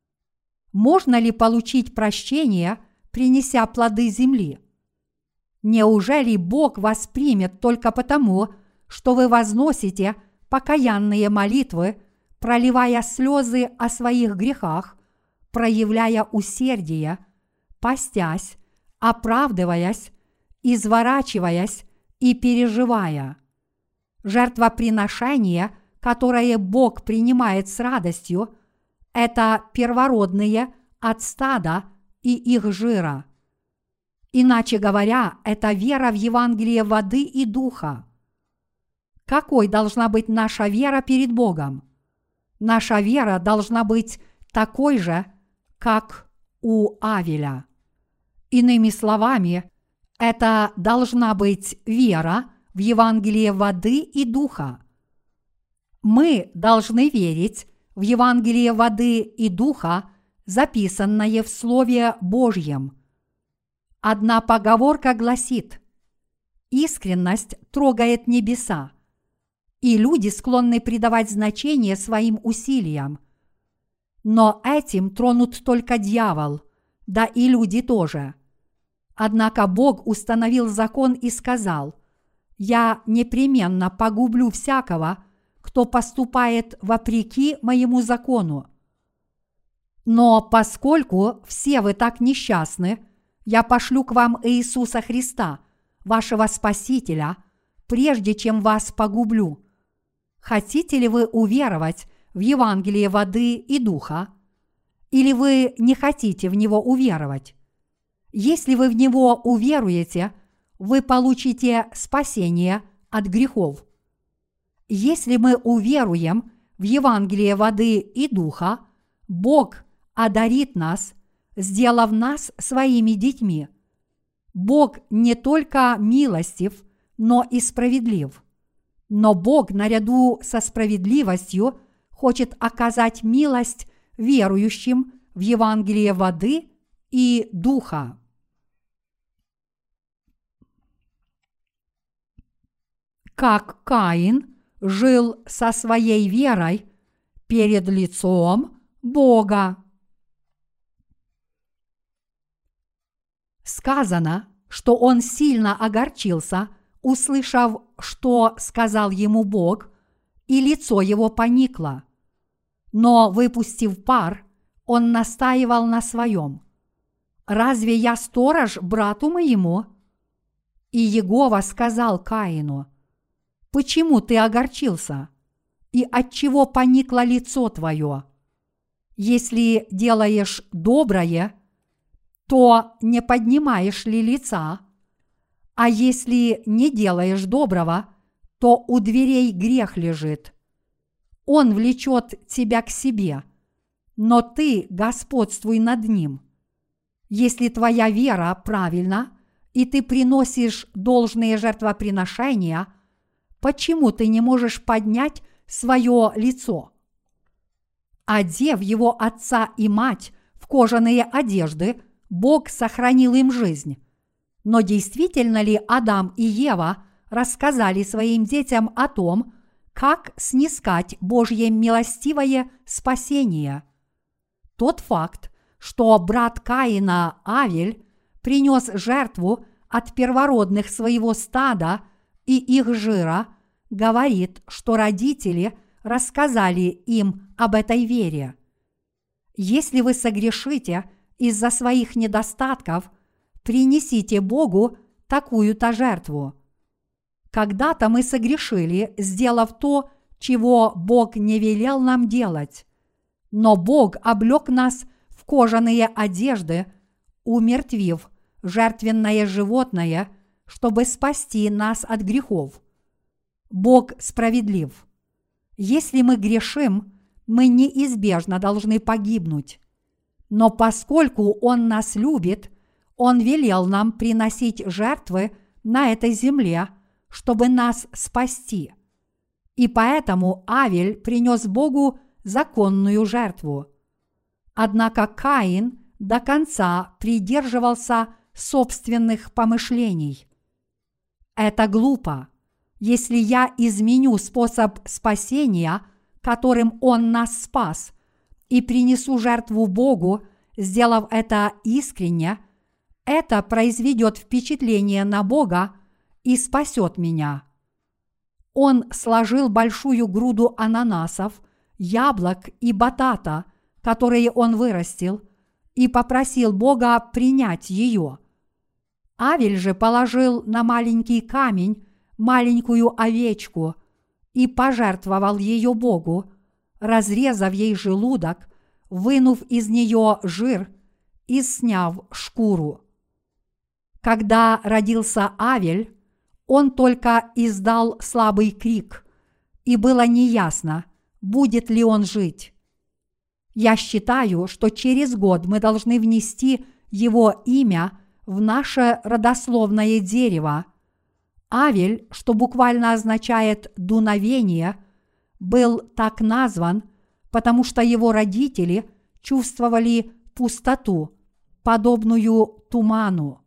Можно ли получить прощение, принеся плоды земли? Неужели Бог вас примет только потому, что вы возносите покаянные молитвы, проливая слезы о своих грехах, проявляя усердие, постясь, оправдываясь, изворачиваясь и переживая? Жертвоприношение, которое Бог принимает с радостью, это первородные от стада и их жира. Иначе говоря, это вера в Евангелие воды и духа. Какой должна быть наша вера перед Богом? Наша вера должна быть такой же, как у Авеля. Иными словами, это должна быть вера в Евангелие воды и духа. Мы должны верить в Евангелие воды и духа, записанное в Слове Божьем. Одна поговорка гласит: искренность трогает небеса, и люди склонны придавать значение своим усилиям. Но этим тронут только дьявол, да и люди тоже. Однако Бог установил закон и сказал: «Я непременно погублю всякого, кто поступает вопреки моему закону». Но поскольку все вы так несчастны, я пошлю к вам Иисуса Христа, вашего Спасителя, прежде чем вас погублю. Хотите ли вы уверовать в Евангелие воды и духа? Или вы не хотите в него уверовать? Если вы в него уверуете, вы получите спасение от грехов. Если мы уверуем в Евангелие воды и духа, Бог одарит нас, сделав нас своими детьми. Бог не только милостив, но и справедлив. Но Бог наряду со справедливостью хочет оказать милость верующим в Евангелие воды и духа. Как Каин жил со своей верой перед лицом Бога. Сказано, что он сильно огорчился, услышав, что сказал ему Бог, и лицо его поникло. Но, выпустив пар, он настаивал на своем: «Разве я сторож брату моему?» И Егова сказал Каину: «Почему ты огорчился? И отчего поникло лицо твое? Если делаешь доброе, то не поднимаешь ли лица? А если не делаешь доброго, то у дверей грех лежит. Он влечет тебя к себе, но ты господствуй над ним. Если твоя вера правильна, и ты приносишь должные жертвоприношения, почему ты не можешь поднять свое лицо? Одев его отца и мать в кожаные одежды, Бог сохранил им жизнь. Но действительно ли Адам и Ева рассказали своим детям о том, как снискать Божье милостивое спасение? Тот факт, что брат Каина Авель принес жертву от первородных своего стада и их жира, говорит, что родители рассказали им об этой вере. Если вы согрешите из-за своих недостатков, принесите Богу такую-то жертву. Когда-то мы согрешили, сделав то, чего Бог не велел нам делать. Но Бог облек нас в кожаные одежды, умертвив жертвенное животное, чтобы спасти нас от грехов. Бог справедлив. Если мы грешим, мы неизбежно должны погибнуть. Но поскольку Он нас любит, Он велел нам приносить жертвы на этой земле, чтобы нас спасти. И поэтому Авель принес Богу законную жертву. Однако Каин до конца придерживался собственных помышлений. Это глупо. Если я изменю способ спасения, которым Он нас спас, и принесу жертву Богу, сделав это искренне, это произведет впечатление на Бога и спасет меня. Он сложил большую груду ананасов, яблок и батата, которые он вырастил, и попросил Бога принять ее. Авель же положил на маленький камень маленькую овечку и пожертвовал ее Богу, разрезав ей желудок, вынув из нее жир и сняв шкуру. Когда родился Авель, он только издал слабый крик, и было неясно, будет ли он жить. Я считаю, что через год мы должны внести его имя в наше родословное дерево. Авель, что буквально означает «дуновение», был так назван, потому что его родители чувствовали пустоту, подобную туману.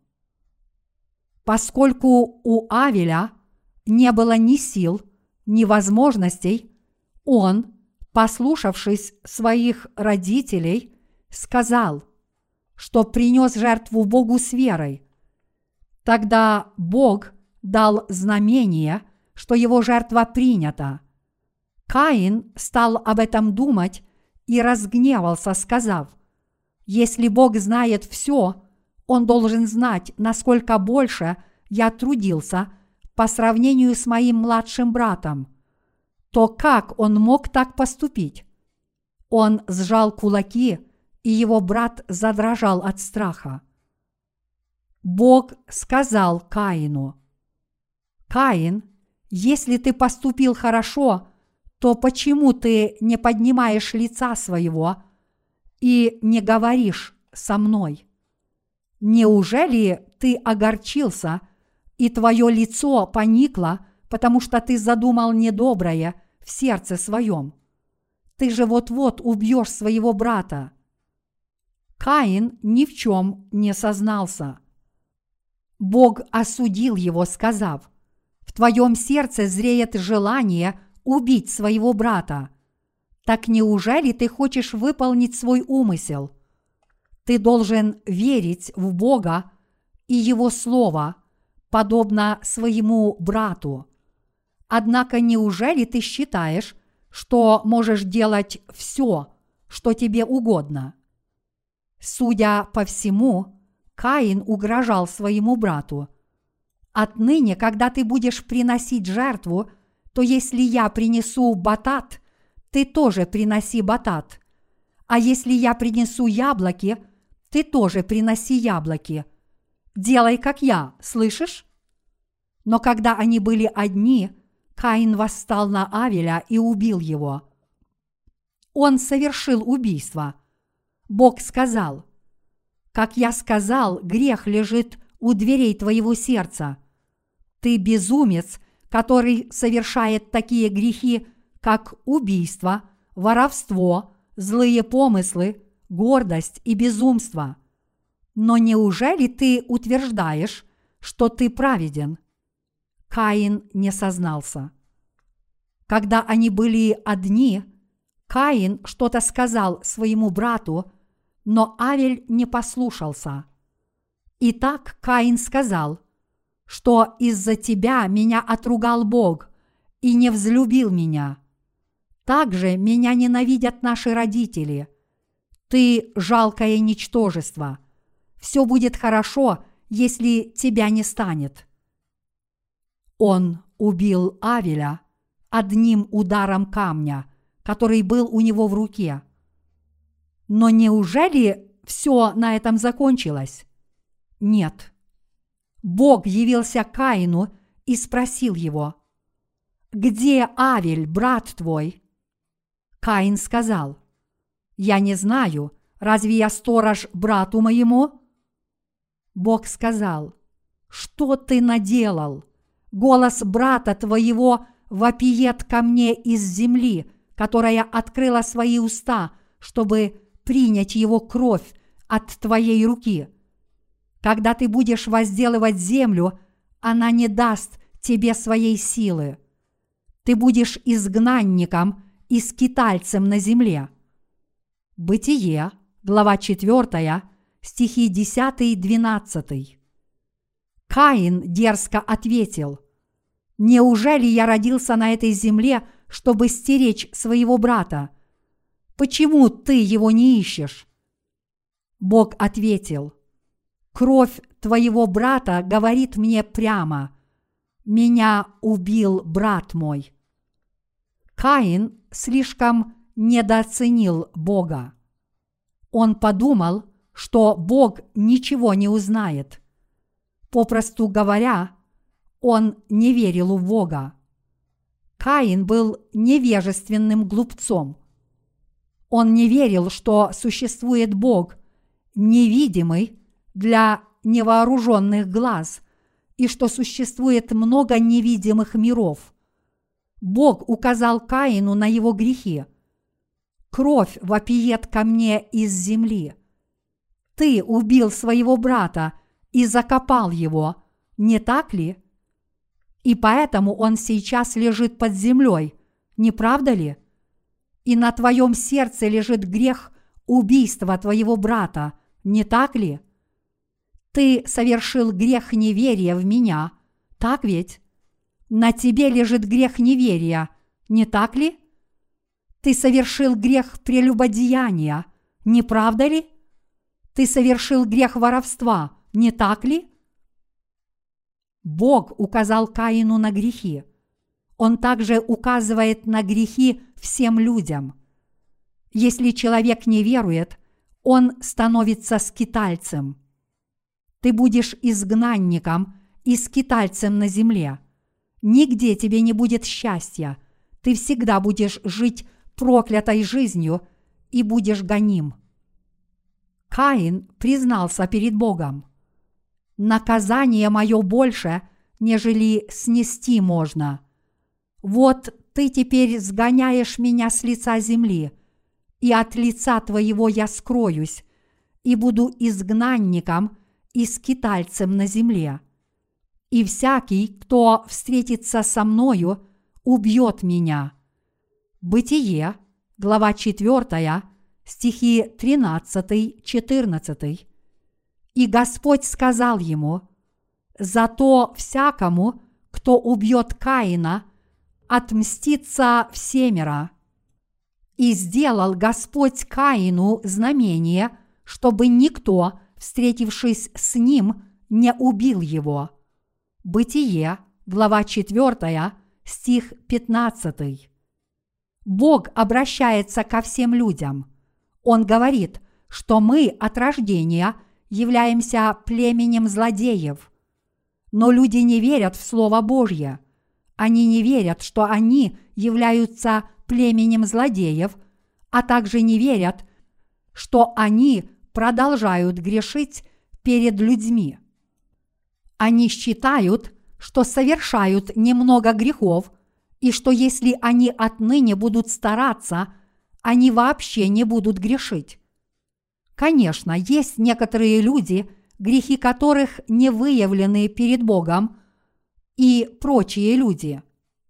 Поскольку у Авеля не было ни сил, ни возможностей, он, послушавшись своих родителей, сказал, что принес жертву Богу с верой. Тогда Бог дал знамение, что его жертва принята. Каин стал об этом думать и разгневался, сказав: «Если Бог знает все, Он должен знать, насколько больше я трудился по сравнению с моим младшим братом. То как он мог так поступить?» Он сжал кулаки, и его брат задрожал от страха. Бог сказал Каину: «Каин, если ты поступил хорошо, то почему ты не поднимаешь лица своего и не говоришь со мной? Неужели ты огорчился, и твое лицо поникло, потому что ты задумал недоброе в сердце своем? Ты же вот-вот убьешь своего брата». Каин ни в чем не сознался. Бог осудил его, сказав: «В твоем сердце зреет желание убить своего брата. Так неужели ты хочешь выполнить свой умысел? Ты должен верить в Бога и Его Слово, подобно своему брату. Однако неужели ты считаешь, что можешь делать все, что тебе угодно?» Судя по всему, Каин угрожал своему брату: «Отныне, когда ты будешь приносить жертву, то если я принесу батат, ты тоже приноси батат. А если я принесу яблоки, ты тоже приноси яблоки. Делай, как я, слышишь?» Но когда они были одни, Каин восстал на Авеля и убил его. Он совершил убийство. Бог сказал: «Как я сказал, грех лежит у дверей твоего сердца. Ты безумец, который совершает такие грехи, как убийство, воровство, злые помыслы, гордость и безумство. Но неужели ты утверждаешь, что ты праведен?» Каин не сознался. Когда они были одни, Каин что-то сказал своему брату, но Авель не послушался. Итак, Каин сказал, что из-за тебя меня отругал Бог и не взлюбил меня. Также меня ненавидят наши родители. Ты жалкое ничтожество. Все будет хорошо, если тебя не станет. Он убил Авеля одним ударом камня, который был у него в руке. Но неужели все на этом закончилось? Нет. Бог явился Каину и спросил его: «Где Авель, брат твой?» Каин сказал: «Я не знаю, разве я сторож брату моему?» Бог сказал: «Что ты наделал? Голос брата твоего вопиет ко мне из земли, которая открыла свои уста, чтобы принять его кровь от твоей руки. Когда ты будешь возделывать землю, она не даст тебе своей силы. Ты будешь изгнанником и скитальцем на земле». Бытие, глава четвёртая, стихи десятый-двенадцатый. Каин дерзко ответил: «Неужели я родился на этой земле, чтобы стеречь своего брата? Почему ты его не ищешь?» Бог ответил: «Кровь твоего брата говорит мне прямо: меня убил брат мой». Каин слишком недооценил Бога. Он подумал, что Бог ничего не узнает. Попросту говоря, он не верил в Бога. Каин был невежественным глупцом. Он не верил, что существует Бог, невидимый для невооруженных глаз, и что существует много невидимых миров. Бог указал Каину на его грехи. «Кровь вопиет ко мне из земли. Ты убил своего брата и закопал его, не так ли? И поэтому он сейчас лежит под землей, не правда ли? И на твоем сердце лежит грех убийства твоего брата, не так ли? Ты совершил грех неверия в меня, так ведь? На тебе лежит грех неверия, не так ли? Ты совершил грех прелюбодеяния, не правда ли? Ты совершил грех воровства, не так ли?» Бог указал Каину на грехи. Он также указывает на грехи всем людям. Если человек не верует, он становится скитальцем. Ты будешь изгнанником и скитальцем на земле. Нигде тебе не будет счастья. Ты всегда будешь жить проклятой жизнью и будешь гоним. Каин признался перед Богом: «Наказание мое больше, нежели снести можно. Вот ты теперь сгоняешь меня с лица земли, и от лица твоего я скроюсь, и буду изгнанником и скитальцем на земле. И всякий, кто встретится со мною, убьет меня». Бытие, глава четвёртая, стихи тринадцатый-четырнадцатый. И Господь сказал ему: «Зато всякому, кто убьет Каина, отмстится всемеро». И сделал Господь Каину знамение, чтобы никто, встретившись с ним, не убил его. Бытие, глава четвёртая, стих пятнадцатый. Бог обращается ко всем людям. Он говорит, что мы от рождения являемся племенем злодеев. Но люди не верят в Слово Божье. Они не верят, что они являются племенем злодеев, а также не верят, что они продолжают грешить перед людьми. Они считают, что совершают немного грехов, и что если они отныне будут стараться, они вообще не будут грешить. Конечно, есть некоторые люди, грехи которых не выявлены перед Богом, и прочие люди.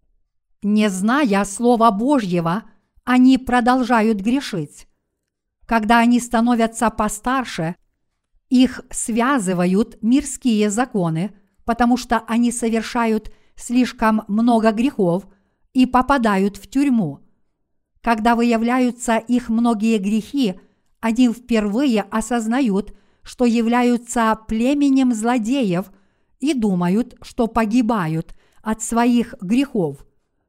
Не зная Слова Божьего, они продолжают грешить. Когда они становятся постарше, их связывают мирские законы, потому что они совершают слишком много грехов и попадают в тюрьму. Когда выявляются их многие грехи, они впервые осознают, что являются племенем злодеев и думают, что погибают от своих грехов.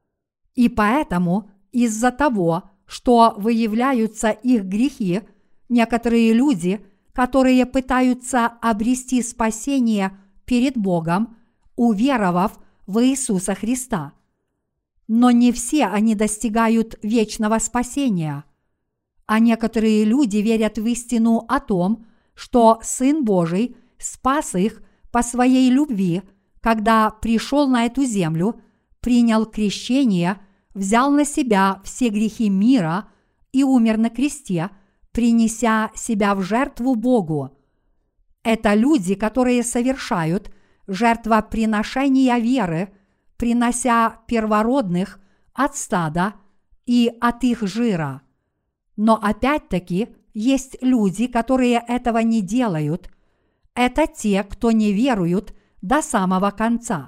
И поэтому из-за того, что выявляются их грехи, некоторые люди, которые пытаются обрести спасение перед Богом, уверовав в Иисуса Христа. Но не все они достигают вечного спасения. А некоторые люди верят в истину о том, что Сын Божий спас их по своей любви, когда пришел на эту землю, принял крещение, взял на себя все грехи мира и умер на кресте, принеся себя в жертву Богу. Это люди, которые совершают жертвоприношения веры, принося первородных от стада и от их жира. Но опять-таки есть люди, которые этого не делают. Это те, кто не веруют до самого конца.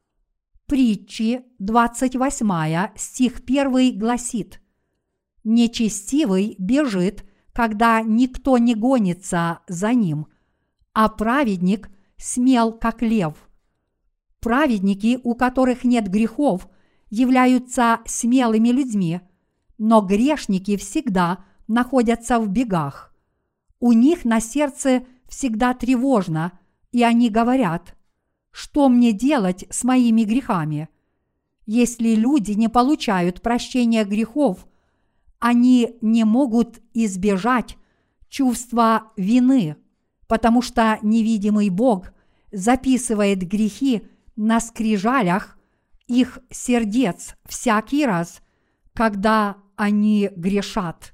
Притчи двадцать восьмая, стих первый гласит: «Нечестивый бежит, когда никто не гонится за ним, а праведник смел, как лев». Праведники, у которых нет грехов, являются смелыми людьми, но грешники всегда находятся в бегах. У них на сердце всегда тревожно, и они говорят: «Что мне делать с моими грехами?» Если люди не получают прощения грехов, они не могут избежать чувства вины, потому что невидимый Бог записывает грехи на скрижалях их сердец всякий раз, когда они грешат.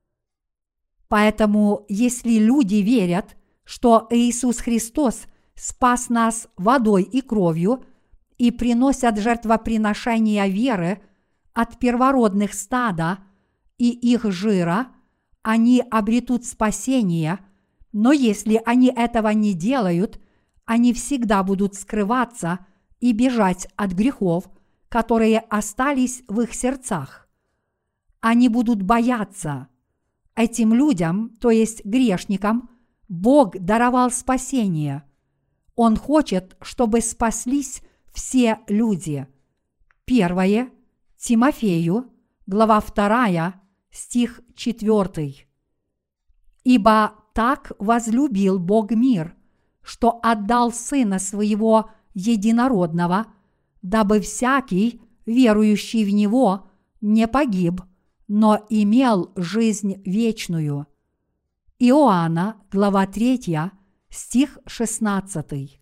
Поэтому, если люди верят, что Иисус Христос спас нас водой и кровью и приносят жертвоприношения веры от первородных стада и их жира, они обретут спасение, но если они этого не делают, они всегда будут скрываться и бежать от грехов, которые остались в их сердцах. Они будут бояться. Этим людям, то есть грешникам, Бог даровал спасение. Он хочет, чтобы спаслись все люди. Первое Тимофею, глава вторая, стих четвертый. «Ибо так возлюбил Бог мир, что отдал Сына Своего Единородного, дабы всякий, верующий в Него, не погиб, но имел жизнь вечную». Иоанна, глава третья, стих шестнадцатый.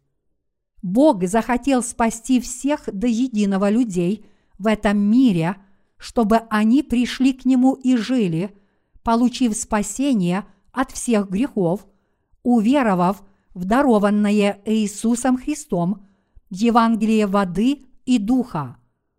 Бог захотел спасти всех до единого людей в этом мире, чтобы они пришли к Нему и жили, получив спасение от всех грехов, уверовав в дарованное Иисусом Христом Евангелие воды и духа.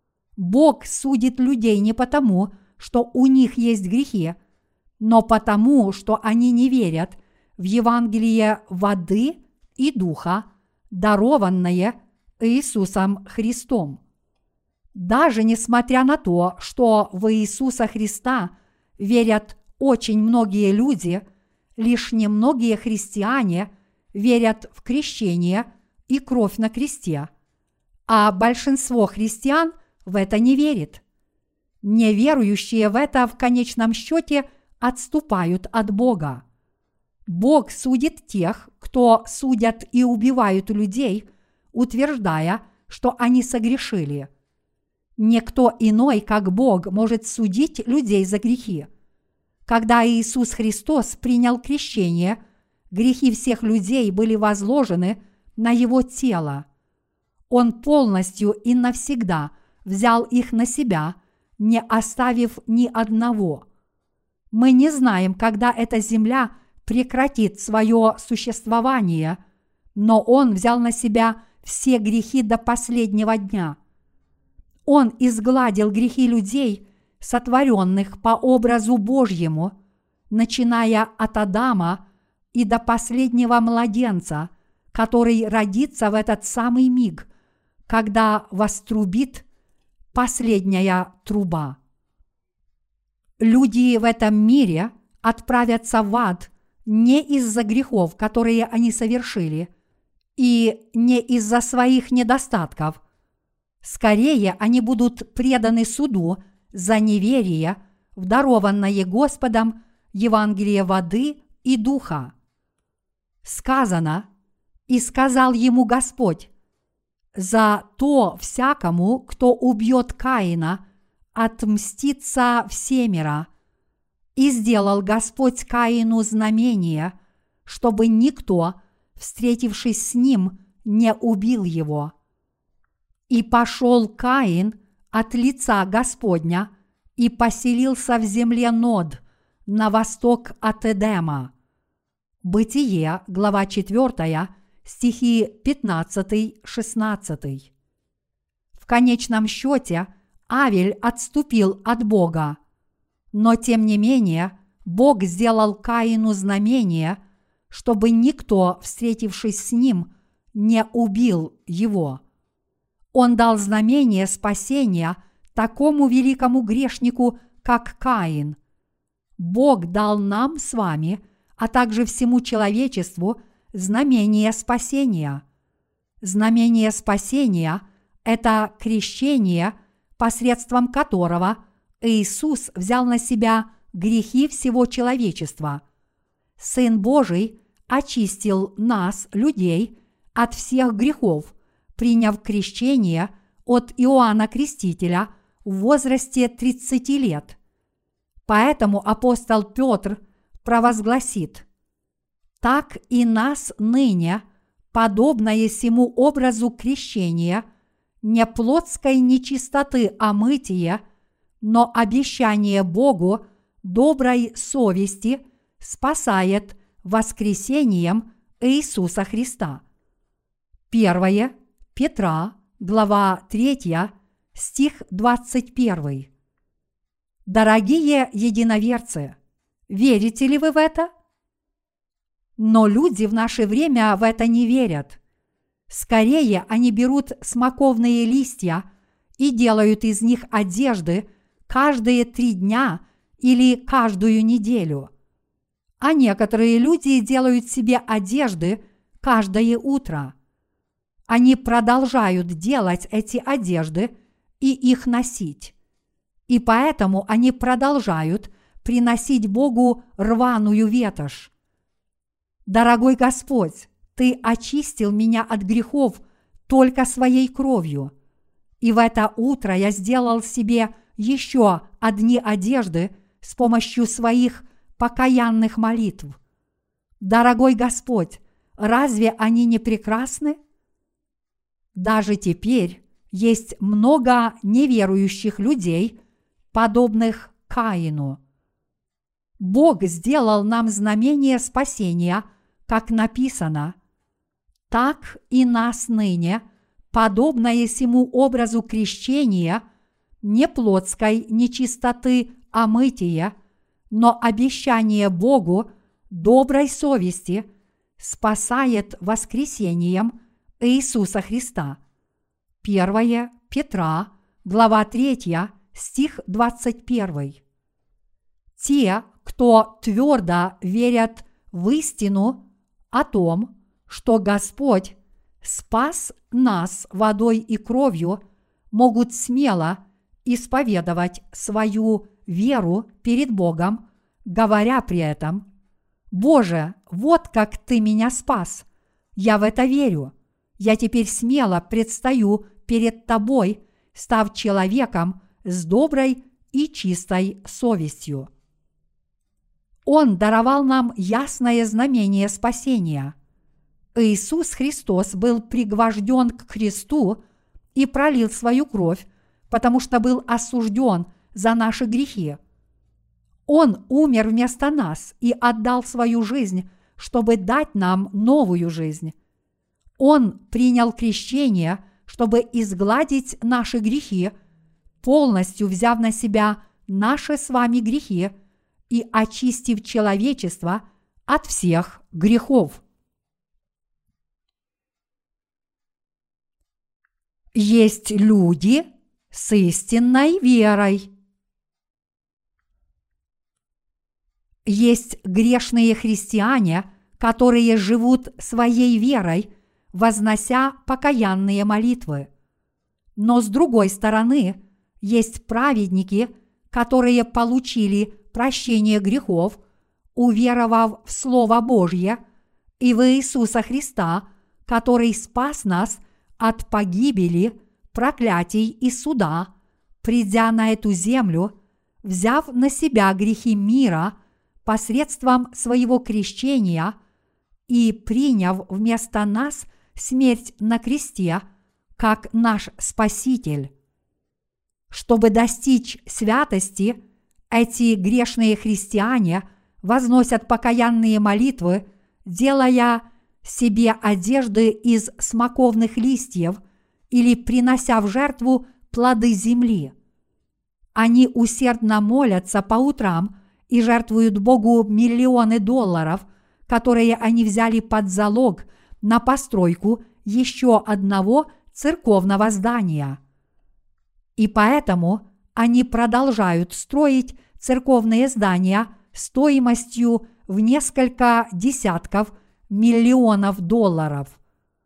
Бог судит людей не потому, что у них есть грехи, но потому, что они не верят в Евангелие воды и духа, дарованное Иисусом Христом. Даже несмотря на то, что в Иисуса Христа верят очень многие люди, лишь немногие христиане верят в крещение и кровь на кресте, а большинство христиан в это не верит. Неверующие в это в конечном счете отступают от Бога. Бог судит тех, кто судят и убивают людей, утверждая, что они согрешили. Никто иной, как Бог, может судить людей за грехи. Когда Иисус Христос принял крещение, грехи всех людей были возложены на Его тело. Он полностью и навсегда взял их на себя, не оставив ни одного. Мы не знаем, когда эта земля прекратит свое существование, но Он взял на себя все грехи до последнего дня. Он изгладил грехи людей, сотворенных по образу Божьему, начиная от Адама и до последнего младенца, который родится в этот самый миг, когда вострубит последняя труба. Люди в этом мире отправятся в ад не из-за грехов, которые они совершили, и не из-за своих недостатков. Скорее, они будут преданы суду за неверие в дарованное Господом Евангелие воды и духа. Сказано: «И сказал ему Господь: за то всякому, кто убьет Каина, отмстится всемиро. И сделал Господь Каину знамение, чтобы никто, встретившись с ним, не убил его. И пошел Каин от лица Господня и поселился в земле Нод, на восток от Эдема». Бытие, глава четвёртая, стихи пятнадцатый-шестнадцатый. В конечном счете Авель отступил от Бога, но тем не менее Бог сделал Каину знамение, чтобы никто, встретившись с ним, не убил его. Он дал знамение спасения такому великому грешнику, как Каин. Бог дал нам с вами, а также всему человечеству, знамение спасения. Знамение спасения – это крещение, посредством которого Иисус взял на себя грехи всего человечества. Сын Божий очистил нас, людей, от всех грехов, приняв крещение от Иоанна Крестителя в возрасте тридцати лет. Поэтому апостол Петр провозгласит: «Так и нас ныне, подобное сему образу крещения, не плотской нечистоты омытие, но обещание Богу доброй совести спасает воскресением Иисуса Христа». Первое Петра, глава третья, стих двадцать первый. Дорогие единоверцы, верите ли вы в это? Но люди в наше время в это не верят. Скорее они берут смоковные листья и делают из них одежды каждые три дня или каждую неделю. А некоторые люди делают себе одежды каждое утро. Они продолжают делать эти одежды и их носить. И поэтому они продолжают приносить Богу рваную ветошь. Дорогой Господь, Ты очистил меня от грехов только своей кровью. И в это утро я сделал себе еще одни одежды с помощью своих покаянных молитв. Дорогой Господь, разве они не прекрасны? Даже теперь есть много неверующих людей, подобных Каину. Бог сделал нам знамение спасения, как написано: «Так и нас ныне, подобное сему образу крещения, не плотской нечистоты омытия, но обещание Богу доброй совести спасает воскресением Иисуса Христа». Первое Петра, глава третья, стих двадцать первый. Те, кто твердо верят в истину о том, что Господь спас нас водой и кровью, могут смело исповедовать свою веру перед Богом, говоря при этом: «Боже, вот как Ты меня спас! Я в это верю. я теперь смело предстаю перед тобой, став человеком с доброй и чистой совестью. Он даровал нам ясное знамение спасения. Иисус Христос был пригвожден к кресту и пролил свою кровь, потому что был осужден за наши грехи. Он умер вместо нас и отдал свою жизнь, чтобы дать нам новую жизнь. Он принял крещение, чтобы изгладить наши грехи, полностью взяв на себя наши с вами грехи и очистив человечество от всех грехов. Есть люди с истинной верой. Есть грешные христиане, которые живут своей верой, вознося покаянные молитвы. Но с другой стороны, есть праведники, которые получили прощение грехов, уверовав в Слово Божье и в Иисуса Христа, который спас нас от погибели, проклятий и суда, придя на эту землю, взяв на себя грехи мира посредством своего крещения и приняв вместо нас смерть на кресте, как наш Спаситель. Чтобы достичь святости, эти грешные христиане возносят покаянные молитвы, делая себе одежды из смоковных листьев или принося в жертву плоды земли. Они усердно молятся по утрам и жертвуют Богу миллионы долларов, которые они взяли под залог на постройку еще одного церковного здания. И поэтому они продолжают строить церковные здания стоимостью в несколько десятков миллионов долларов.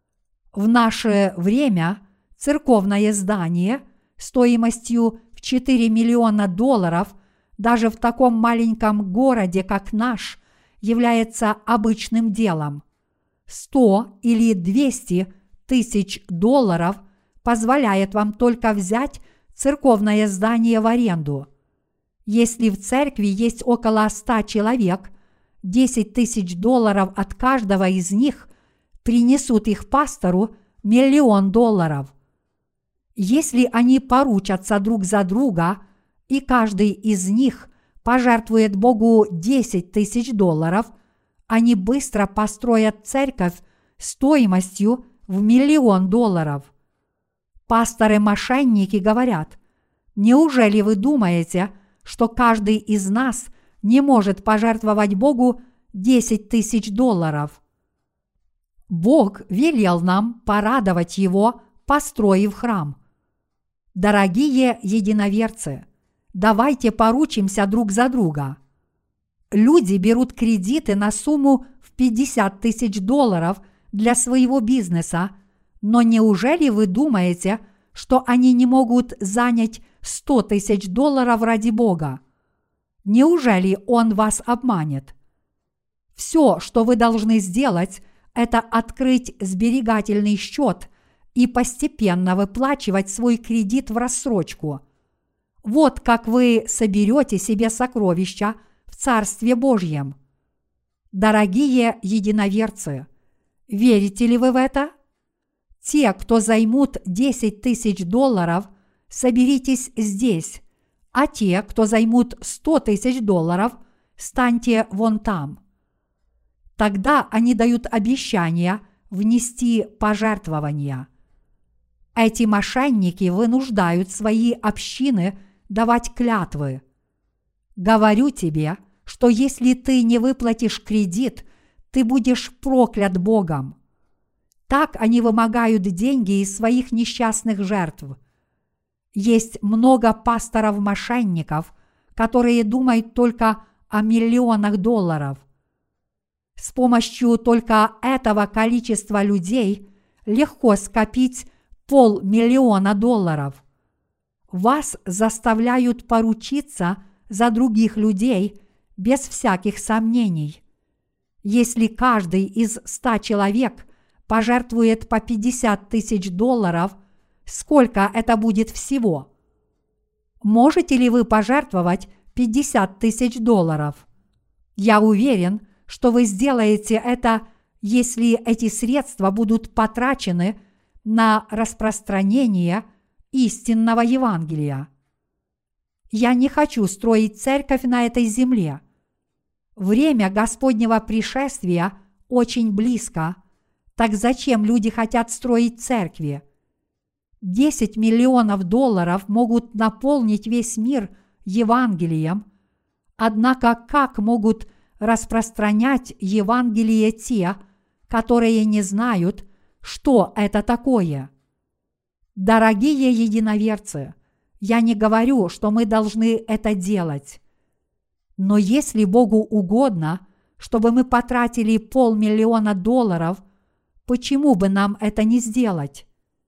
В наше время церковное здание стоимостью в четыре миллиона долларов даже в таком маленьком городе, как наш, является обычным делом. сто или двести тысяч долларов позволяет вам только взять церковное здание в аренду. Если в церкви есть около ста человек, десять тысяч долларов от каждого из них принесут их пастору миллион долларов. Если они поручатся друг за друга, и каждый из них пожертвует Богу десять тысяч долларов, они быстро построят церковь стоимостью в миллион долларов. Пасторы-мошенники говорят: неужели вы думаете, что каждый из нас не может пожертвовать Богу десять тысяч долларов? Бог велел нам порадовать Его, построив храм. Дорогие единоверцы, давайте поручимся друг за друга. Люди берут кредиты на сумму в пятьдесят тысяч долларов для своего бизнеса, но неужели вы думаете, что они не могут занять сто тысяч долларов ради Бога? Неужели Он вас обманет? Все, что вы должны сделать, это открыть сберегательный счет и постепенно выплачивать свой кредит в рассрочку. Вот как вы соберете себе сокровища в Царстве Божьем. Дорогие единоверцы, верите ли вы в это? Те, кто займут десять тысяч долларов, соберитесь здесь, а те, кто займут сто тысяч долларов, станьте вон там. Тогда они дают обещание внести пожертвования. Эти мошенники вынуждают свои общины давать клятвы. Говорю тебе, что если ты не выплатишь кредит, ты будешь проклят Богом. Так они вымогают деньги из своих несчастных жертв. Есть много пасторов-мошенников, которые думают только о миллионах долларов. С помощью только этого количества людей легко скопить полмиллиона долларов. Вас заставляют поручиться за других людей без всяких сомнений. Если каждый из ста человек пожертвует по пятьдесят тысяч долларов, сколько это будет всего? Можете ли вы пожертвовать пятьдесят тысяч долларов? Я уверен, что вы сделаете это, если эти средства будут потрачены на распространение истинного Евангелия. Я не хочу строить церковь на этой земле. Время Господнего пришествия очень близко. Так зачем люди хотят строить церкви? Десять миллионов долларов могут наполнить весь мир Евангелием, однако как могут распространять Евангелие те, которые не знают, что это такое? Дорогие единоверцы, я не говорю, что мы должны это делать. Но если Богу угодно, чтобы мы потратили полмиллиона долларов, почему бы нам это не сделать?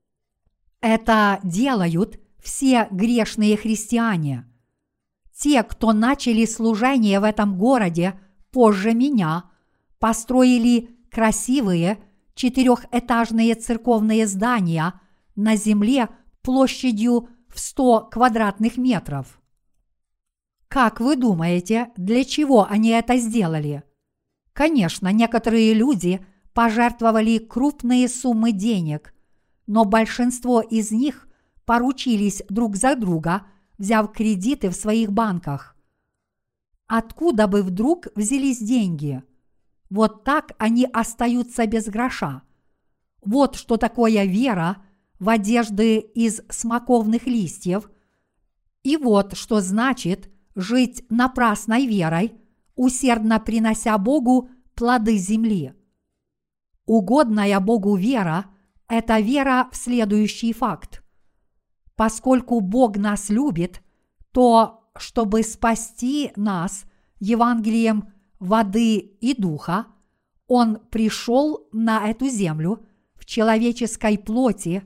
Это делают все грешные христиане. Те, кто начали служение в этом городе позже меня, построили красивые четырехэтажные церковные здания на земле площадью в сто квадратных метров. Как вы думаете, для чего они это сделали? Конечно, некоторые люди пожертвовали крупные суммы денег, но большинство из них поручились друг за друга, взяв кредиты в своих банках. Откуда бы вдруг взялись деньги? Вот так они остаются без гроша. Вот что такое вера в одежды из смоковных листьев, и вот что значит жить напрасной верой, усердно принося Богу плоды земли. Угодная Богу вера – это вера в следующий факт. Поскольку Бог нас любит, то, чтобы спасти нас Евангелием воды и духа, Он пришел на эту землю в человеческой плоти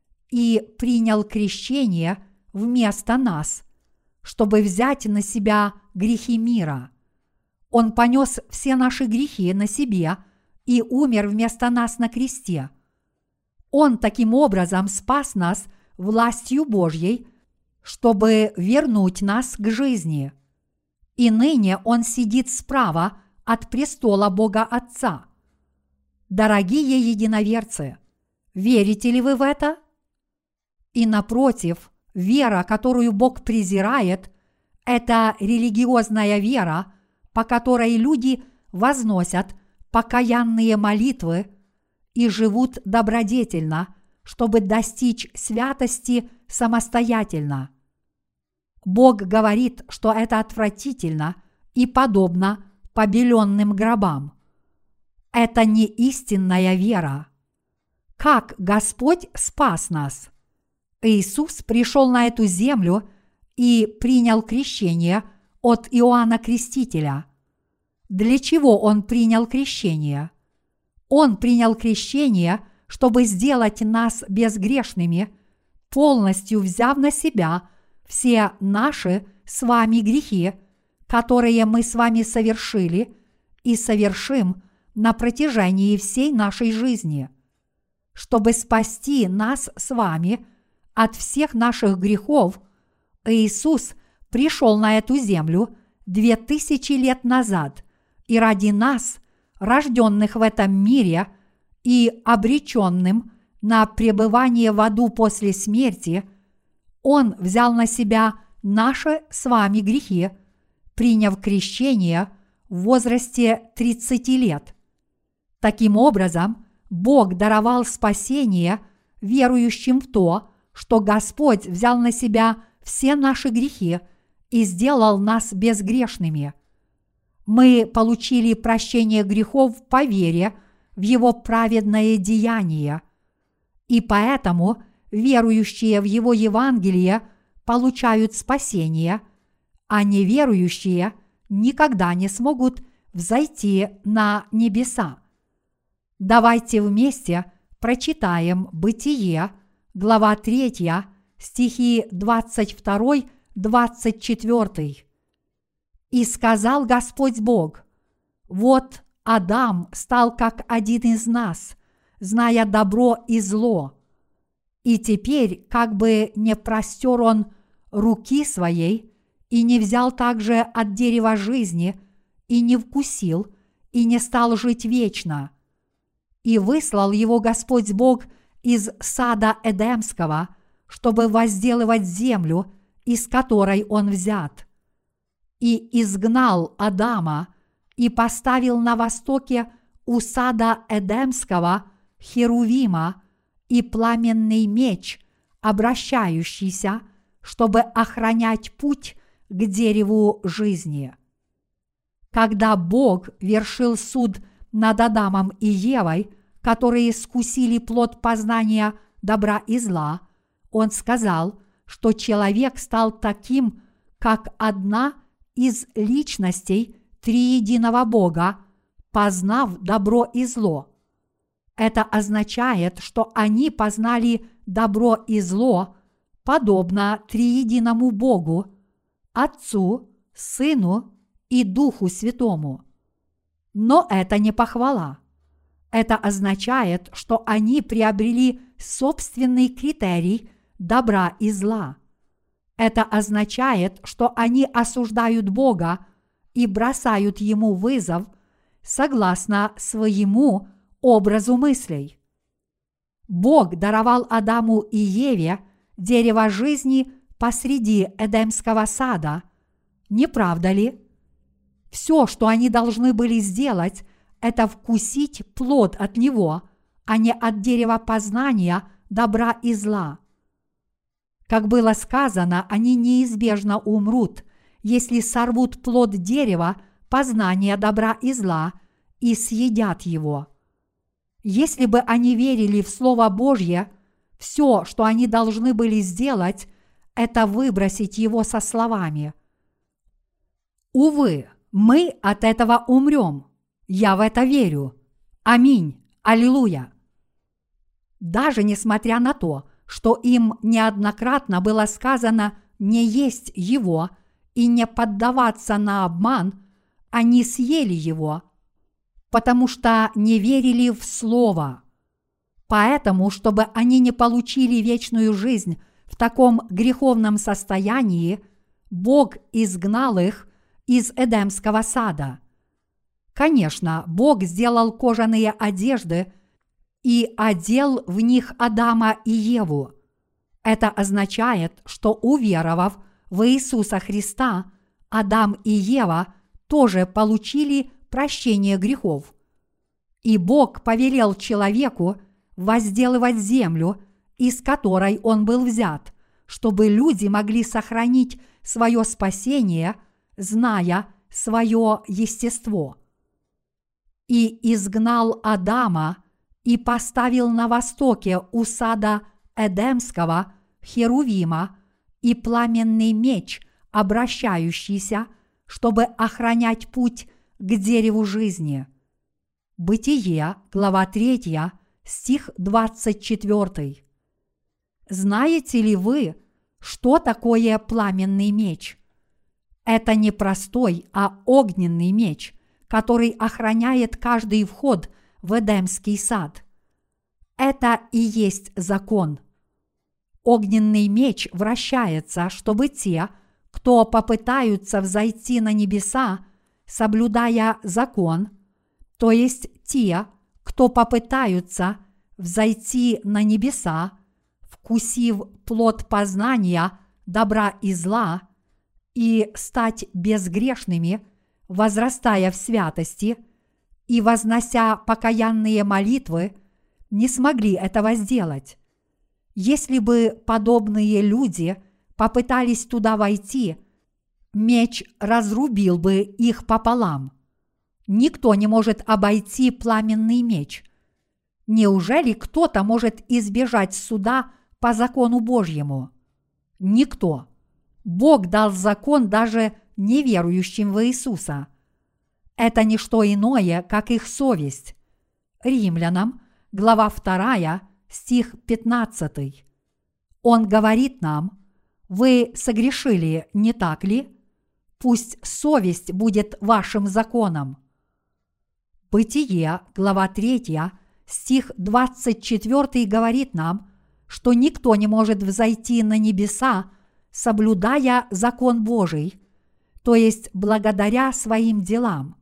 и принял крещение вместо нас, чтобы взять на себя грехи мира. Он понес все наши грехи на себе и умер вместо нас на кресте. Он таким образом спас нас властью Божьей, чтобы вернуть нас к жизни. И ныне Он сидит справа от престола Бога Отца. Дорогие единоверцы, верите ли вы в это? И напротив, вера, которую Бог презирает, это религиозная вера, по которой люди возносят покаянные молитвы и живут добродетельно, чтобы достичь святости самостоятельно. Бог говорит, что это отвратительно и подобно побеленным гробам. Это не истинная вера. Как Господь спас нас? Иисус пришел на эту землю и принял крещение от Иоанна Крестителя. Для чего Он принял крещение? Он принял крещение, чтобы сделать нас безгрешными, полностью взяв на себя все наши с вами грехи, которые мы с вами совершили и совершим на протяжении всей нашей жизни. Чтобы спасти нас с вами от всех наших грехов, Иисус пришел на эту землю две тысячи лет назад, и ради нас, рожденных в этом мире и обреченным на пребывание в аду после смерти, Он взял на себя наши с вами грехи, приняв крещение в возрасте тридцати лет. Таким образом, Бог даровал спасение верующим в то, что Господь взял на себя все наши грехи и сделал нас безгрешными. Мы получили прощение грехов по вере в Его праведное деяние, и поэтому верующие в Его Евангелие получают спасение, а неверующие никогда не смогут взойти на небеса. Давайте вместе прочитаем Бытие, глава третья, стихи двадцать два - двадцать четыре. «И сказал Господь Бог: вот Адам стал как один из нас, зная добро и зло. И теперь, как бы не простер он руки своей, и не взял также от дерева жизни, и не вкусил, и не стал жить вечно. И выслал его Господь Бог из сада Эдемского, чтобы возделывать землю, из которой он взят. И изгнал Адама, и поставил на востоке у сада Эдемского Херувима и пламенный меч, обращающийся, чтобы охранять путь к дереву жизни. Когда Бог вершил суд над Адамом и Евой, которые скусили плод познания добра и зла, Он сказал, что человек стал таким, как одна из личностей триединого Бога, познав добро и зло. Это означает, что они познали добро и зло, подобно триединому Богу, Отцу, Сыну и Духу Святому. Но это не похвала. Это означает, что они приобрели собственный критерий добра и зла. Это означает, что они осуждают Бога и бросают Ему вызов согласно своему образу мыслей. Бог даровал Адаму и Еве дерево жизни посреди Эдемского сада. Не правда ли? Все, что они должны были сделать, это вкусить плод от него, а не от дерева познания добра и зла. Как было сказано, они неизбежно умрут, если сорвут плод дерева познания добра и зла и съедят его. Если бы они верили в Слово Божье, все, что они должны были сделать, это выбросить его со словами: «Увы, мы от этого умрем. Я в это верю. Аминь. Аллилуйя». Даже несмотря на то, что им неоднократно было сказано не есть его и не поддаваться на обман, они съели его, потому что не верили в Слово. Поэтому, чтобы они не получили вечную жизнь в таком греховном состоянии, Бог изгнал их из Эдемского сада. Конечно, Бог сделал кожаные одежды и одел в них Адама и Еву. Это означает, что, уверовав в Иисуса Христа, Адам и Ева тоже получили прощение грехов. И Бог повелел человеку возделывать землю, из которой он был взят, чтобы люди могли сохранить свое спасение, зная свое естество. И изгнал Адама и поставил на востоке у сада Эдемского Херувима и пламенный меч, обращающийся, чтобы охранять путь к дереву жизни. Бытие, глава третья, стих двадцать четвёртый. Знаете ли вы, что такое пламенный меч? Это не простой, а огненный меч, который охраняет каждый вход в Эдемский сад. Это и есть закон. Огненный меч вращается, чтобы те, кто попытаются взойти на небеса, соблюдая закон, то есть те, кто попытаются взойти на небеса, вкусив плод познания добра и зла, и стать безгрешными, возрастая в святости и вознося покаянные молитвы, не смогли этого сделать. Если бы подобные люди попытались туда войти, меч разрубил бы их пополам. Никто не может обойти пламенный меч. Неужели кто-то может избежать суда по закону Божьему? Никто. Бог дал закон даже неверующим в Иисуса. Это не что иное, как их совесть. Римлянам, глава вторая, стих пятнадцатый. Он говорит нам: вы согрешили, не так ли? Пусть совесть будет вашим законом. Бытие, глава третья, стих двадцать четыре говорит нам, что никто не может взойти на небеса, соблюдая закон Божий, то есть благодаря своим делам.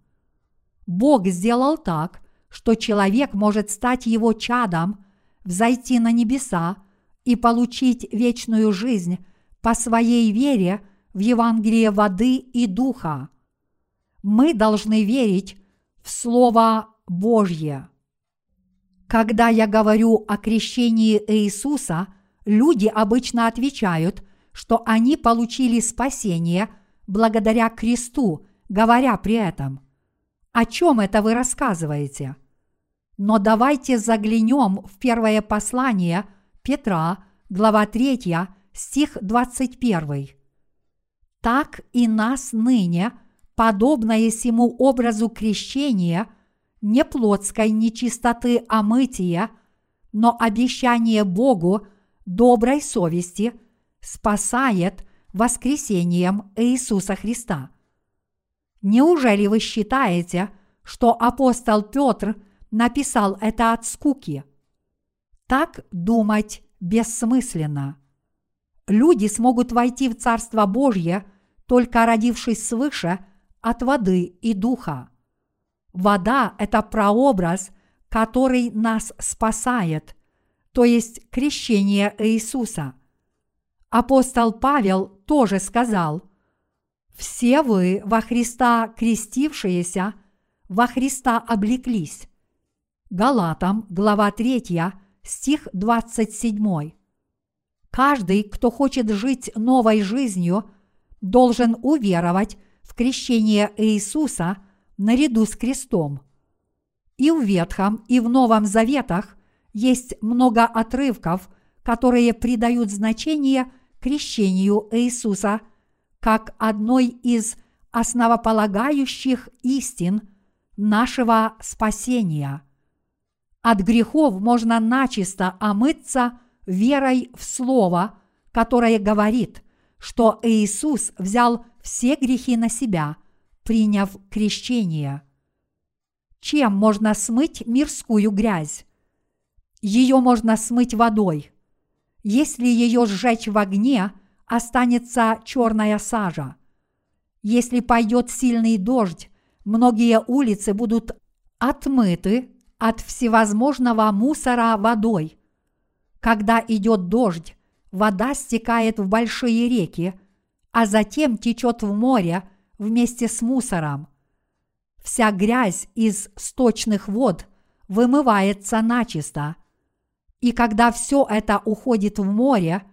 Бог сделал так, что человек может стать его чадом, взойти на небеса и получить вечную жизнь по своей вере в Евангелие воды и духа. Мы должны верить в Слово Божье. Когда я говорю о крещении Иисуса, люди обычно отвечают, что они получили спасение благодаря кресту, говоря при этом: «О чем это вы рассказываете?» Но давайте заглянем в первое послание Петра, глава третья, стих двадцать первый. «Так и нас ныне, подобное сему образу крещения, не плотской нечистоты омытия, но обещание Богу доброй совести спасает воскресением Иисуса Христа». Неужели вы считаете, что апостол Петр написал это от скуки? Так думать бессмысленно. Люди смогут войти в Царство Божье, только родившись свыше от воды и духа. Вода – это прообраз, который нас спасает, то есть крещение Иисуса. Апостол Павел тоже сказал: «Все вы во Христа крестившиеся, во Христа облеклись». Галатам, глава третья, стих двадцать семь. Каждый, кто хочет жить новой жизнью, должен уверовать в крещение Иисуса наряду с крестом. И в Ветхом, и в Новом Заветах есть много отрывков, которые придают значение крещению Иисуса как одной из основополагающих истин нашего спасения. От грехов можно начисто омыться верой в Слово, которое говорит, что Иисус взял все грехи на себя, приняв крещение. Чем можно смыть мирскую грязь? Ее можно смыть водой. Если ее сжечь в огне, останется черная сажа. Если пойдет сильный дождь, многие улицы будут отмыты от всевозможного мусора водой. Когда идет дождь, вода стекает в большие реки, а затем течет в море вместе с мусором. Вся грязь из сточных вод вымывается начисто. И когда все это уходит в море,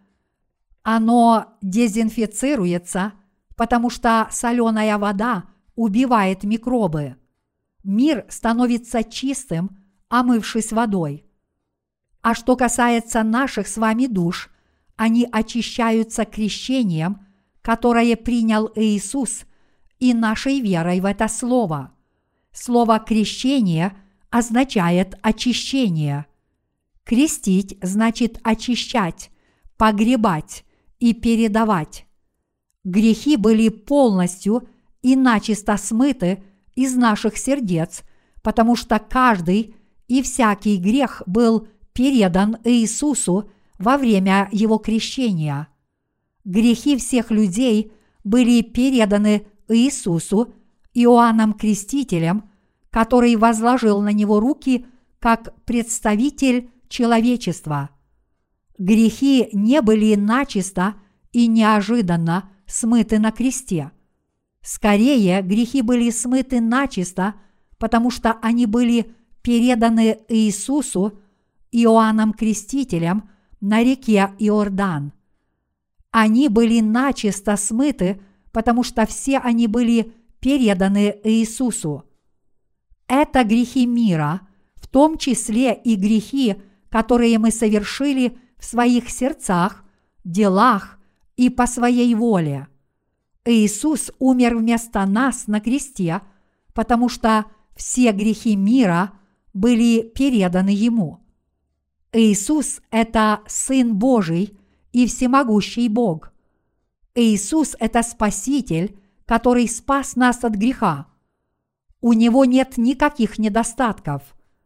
оно дезинфицируется, потому что соленая вода убивает микробы. Мир становится чистым, омывшись водой. А что касается наших с вами душ, они очищаются крещением, которое принял Иисус, и нашей верой в это слово. Слово «крещение» означает очищение. Крестить значит очищать, погребать и передавать. Грехи были полностью и начисто смыты из наших сердец, потому что каждый и всякий грех был передан Иисусу во время Его крещения. Грехи всех людей были переданы Иисусу Иоанном Крестителем, который возложил на Него руки как представитель человечества. Грехи не были начисто и неожиданно смыты на кресте. Скорее, грехи были смыты начисто, потому что они были переданы Иисусу Иоанном Крестителем на реке Иордан. Они были начисто смыты, потому что все они были переданы Иисусу. Это грехи мира, в том числе и грехи, которые мы совершили в своих сердцах, делах и по своей воле. Иисус умер вместо нас на кресте, потому что все грехи мира были переданы Ему. Иисус – это Сын Божий и всемогущий Бог. Иисус – это Спаситель, который спас нас от греха. У Него нет никаких недостатков.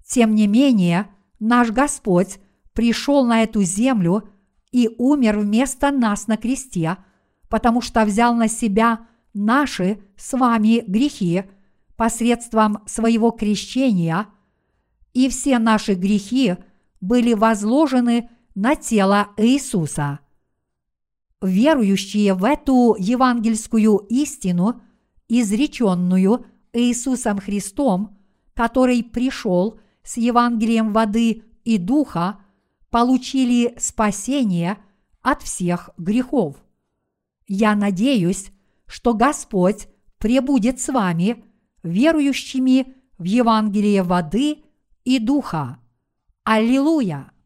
Тем не менее, наш Господь пришел на эту землю и умер вместо нас на кресте, потому что взял на себя наши с вами грехи посредством своего крещения, и все наши грехи были возложены на тело Иисуса. Верующие в эту евангельскую истину, изреченную Иисусом Христом, который пришел с Евангелием воды и духа, получили спасение от всех грехов. Я надеюсь, что Господь пребудет с вами, верующими в Евангелие воды и духа. Аллилуйя!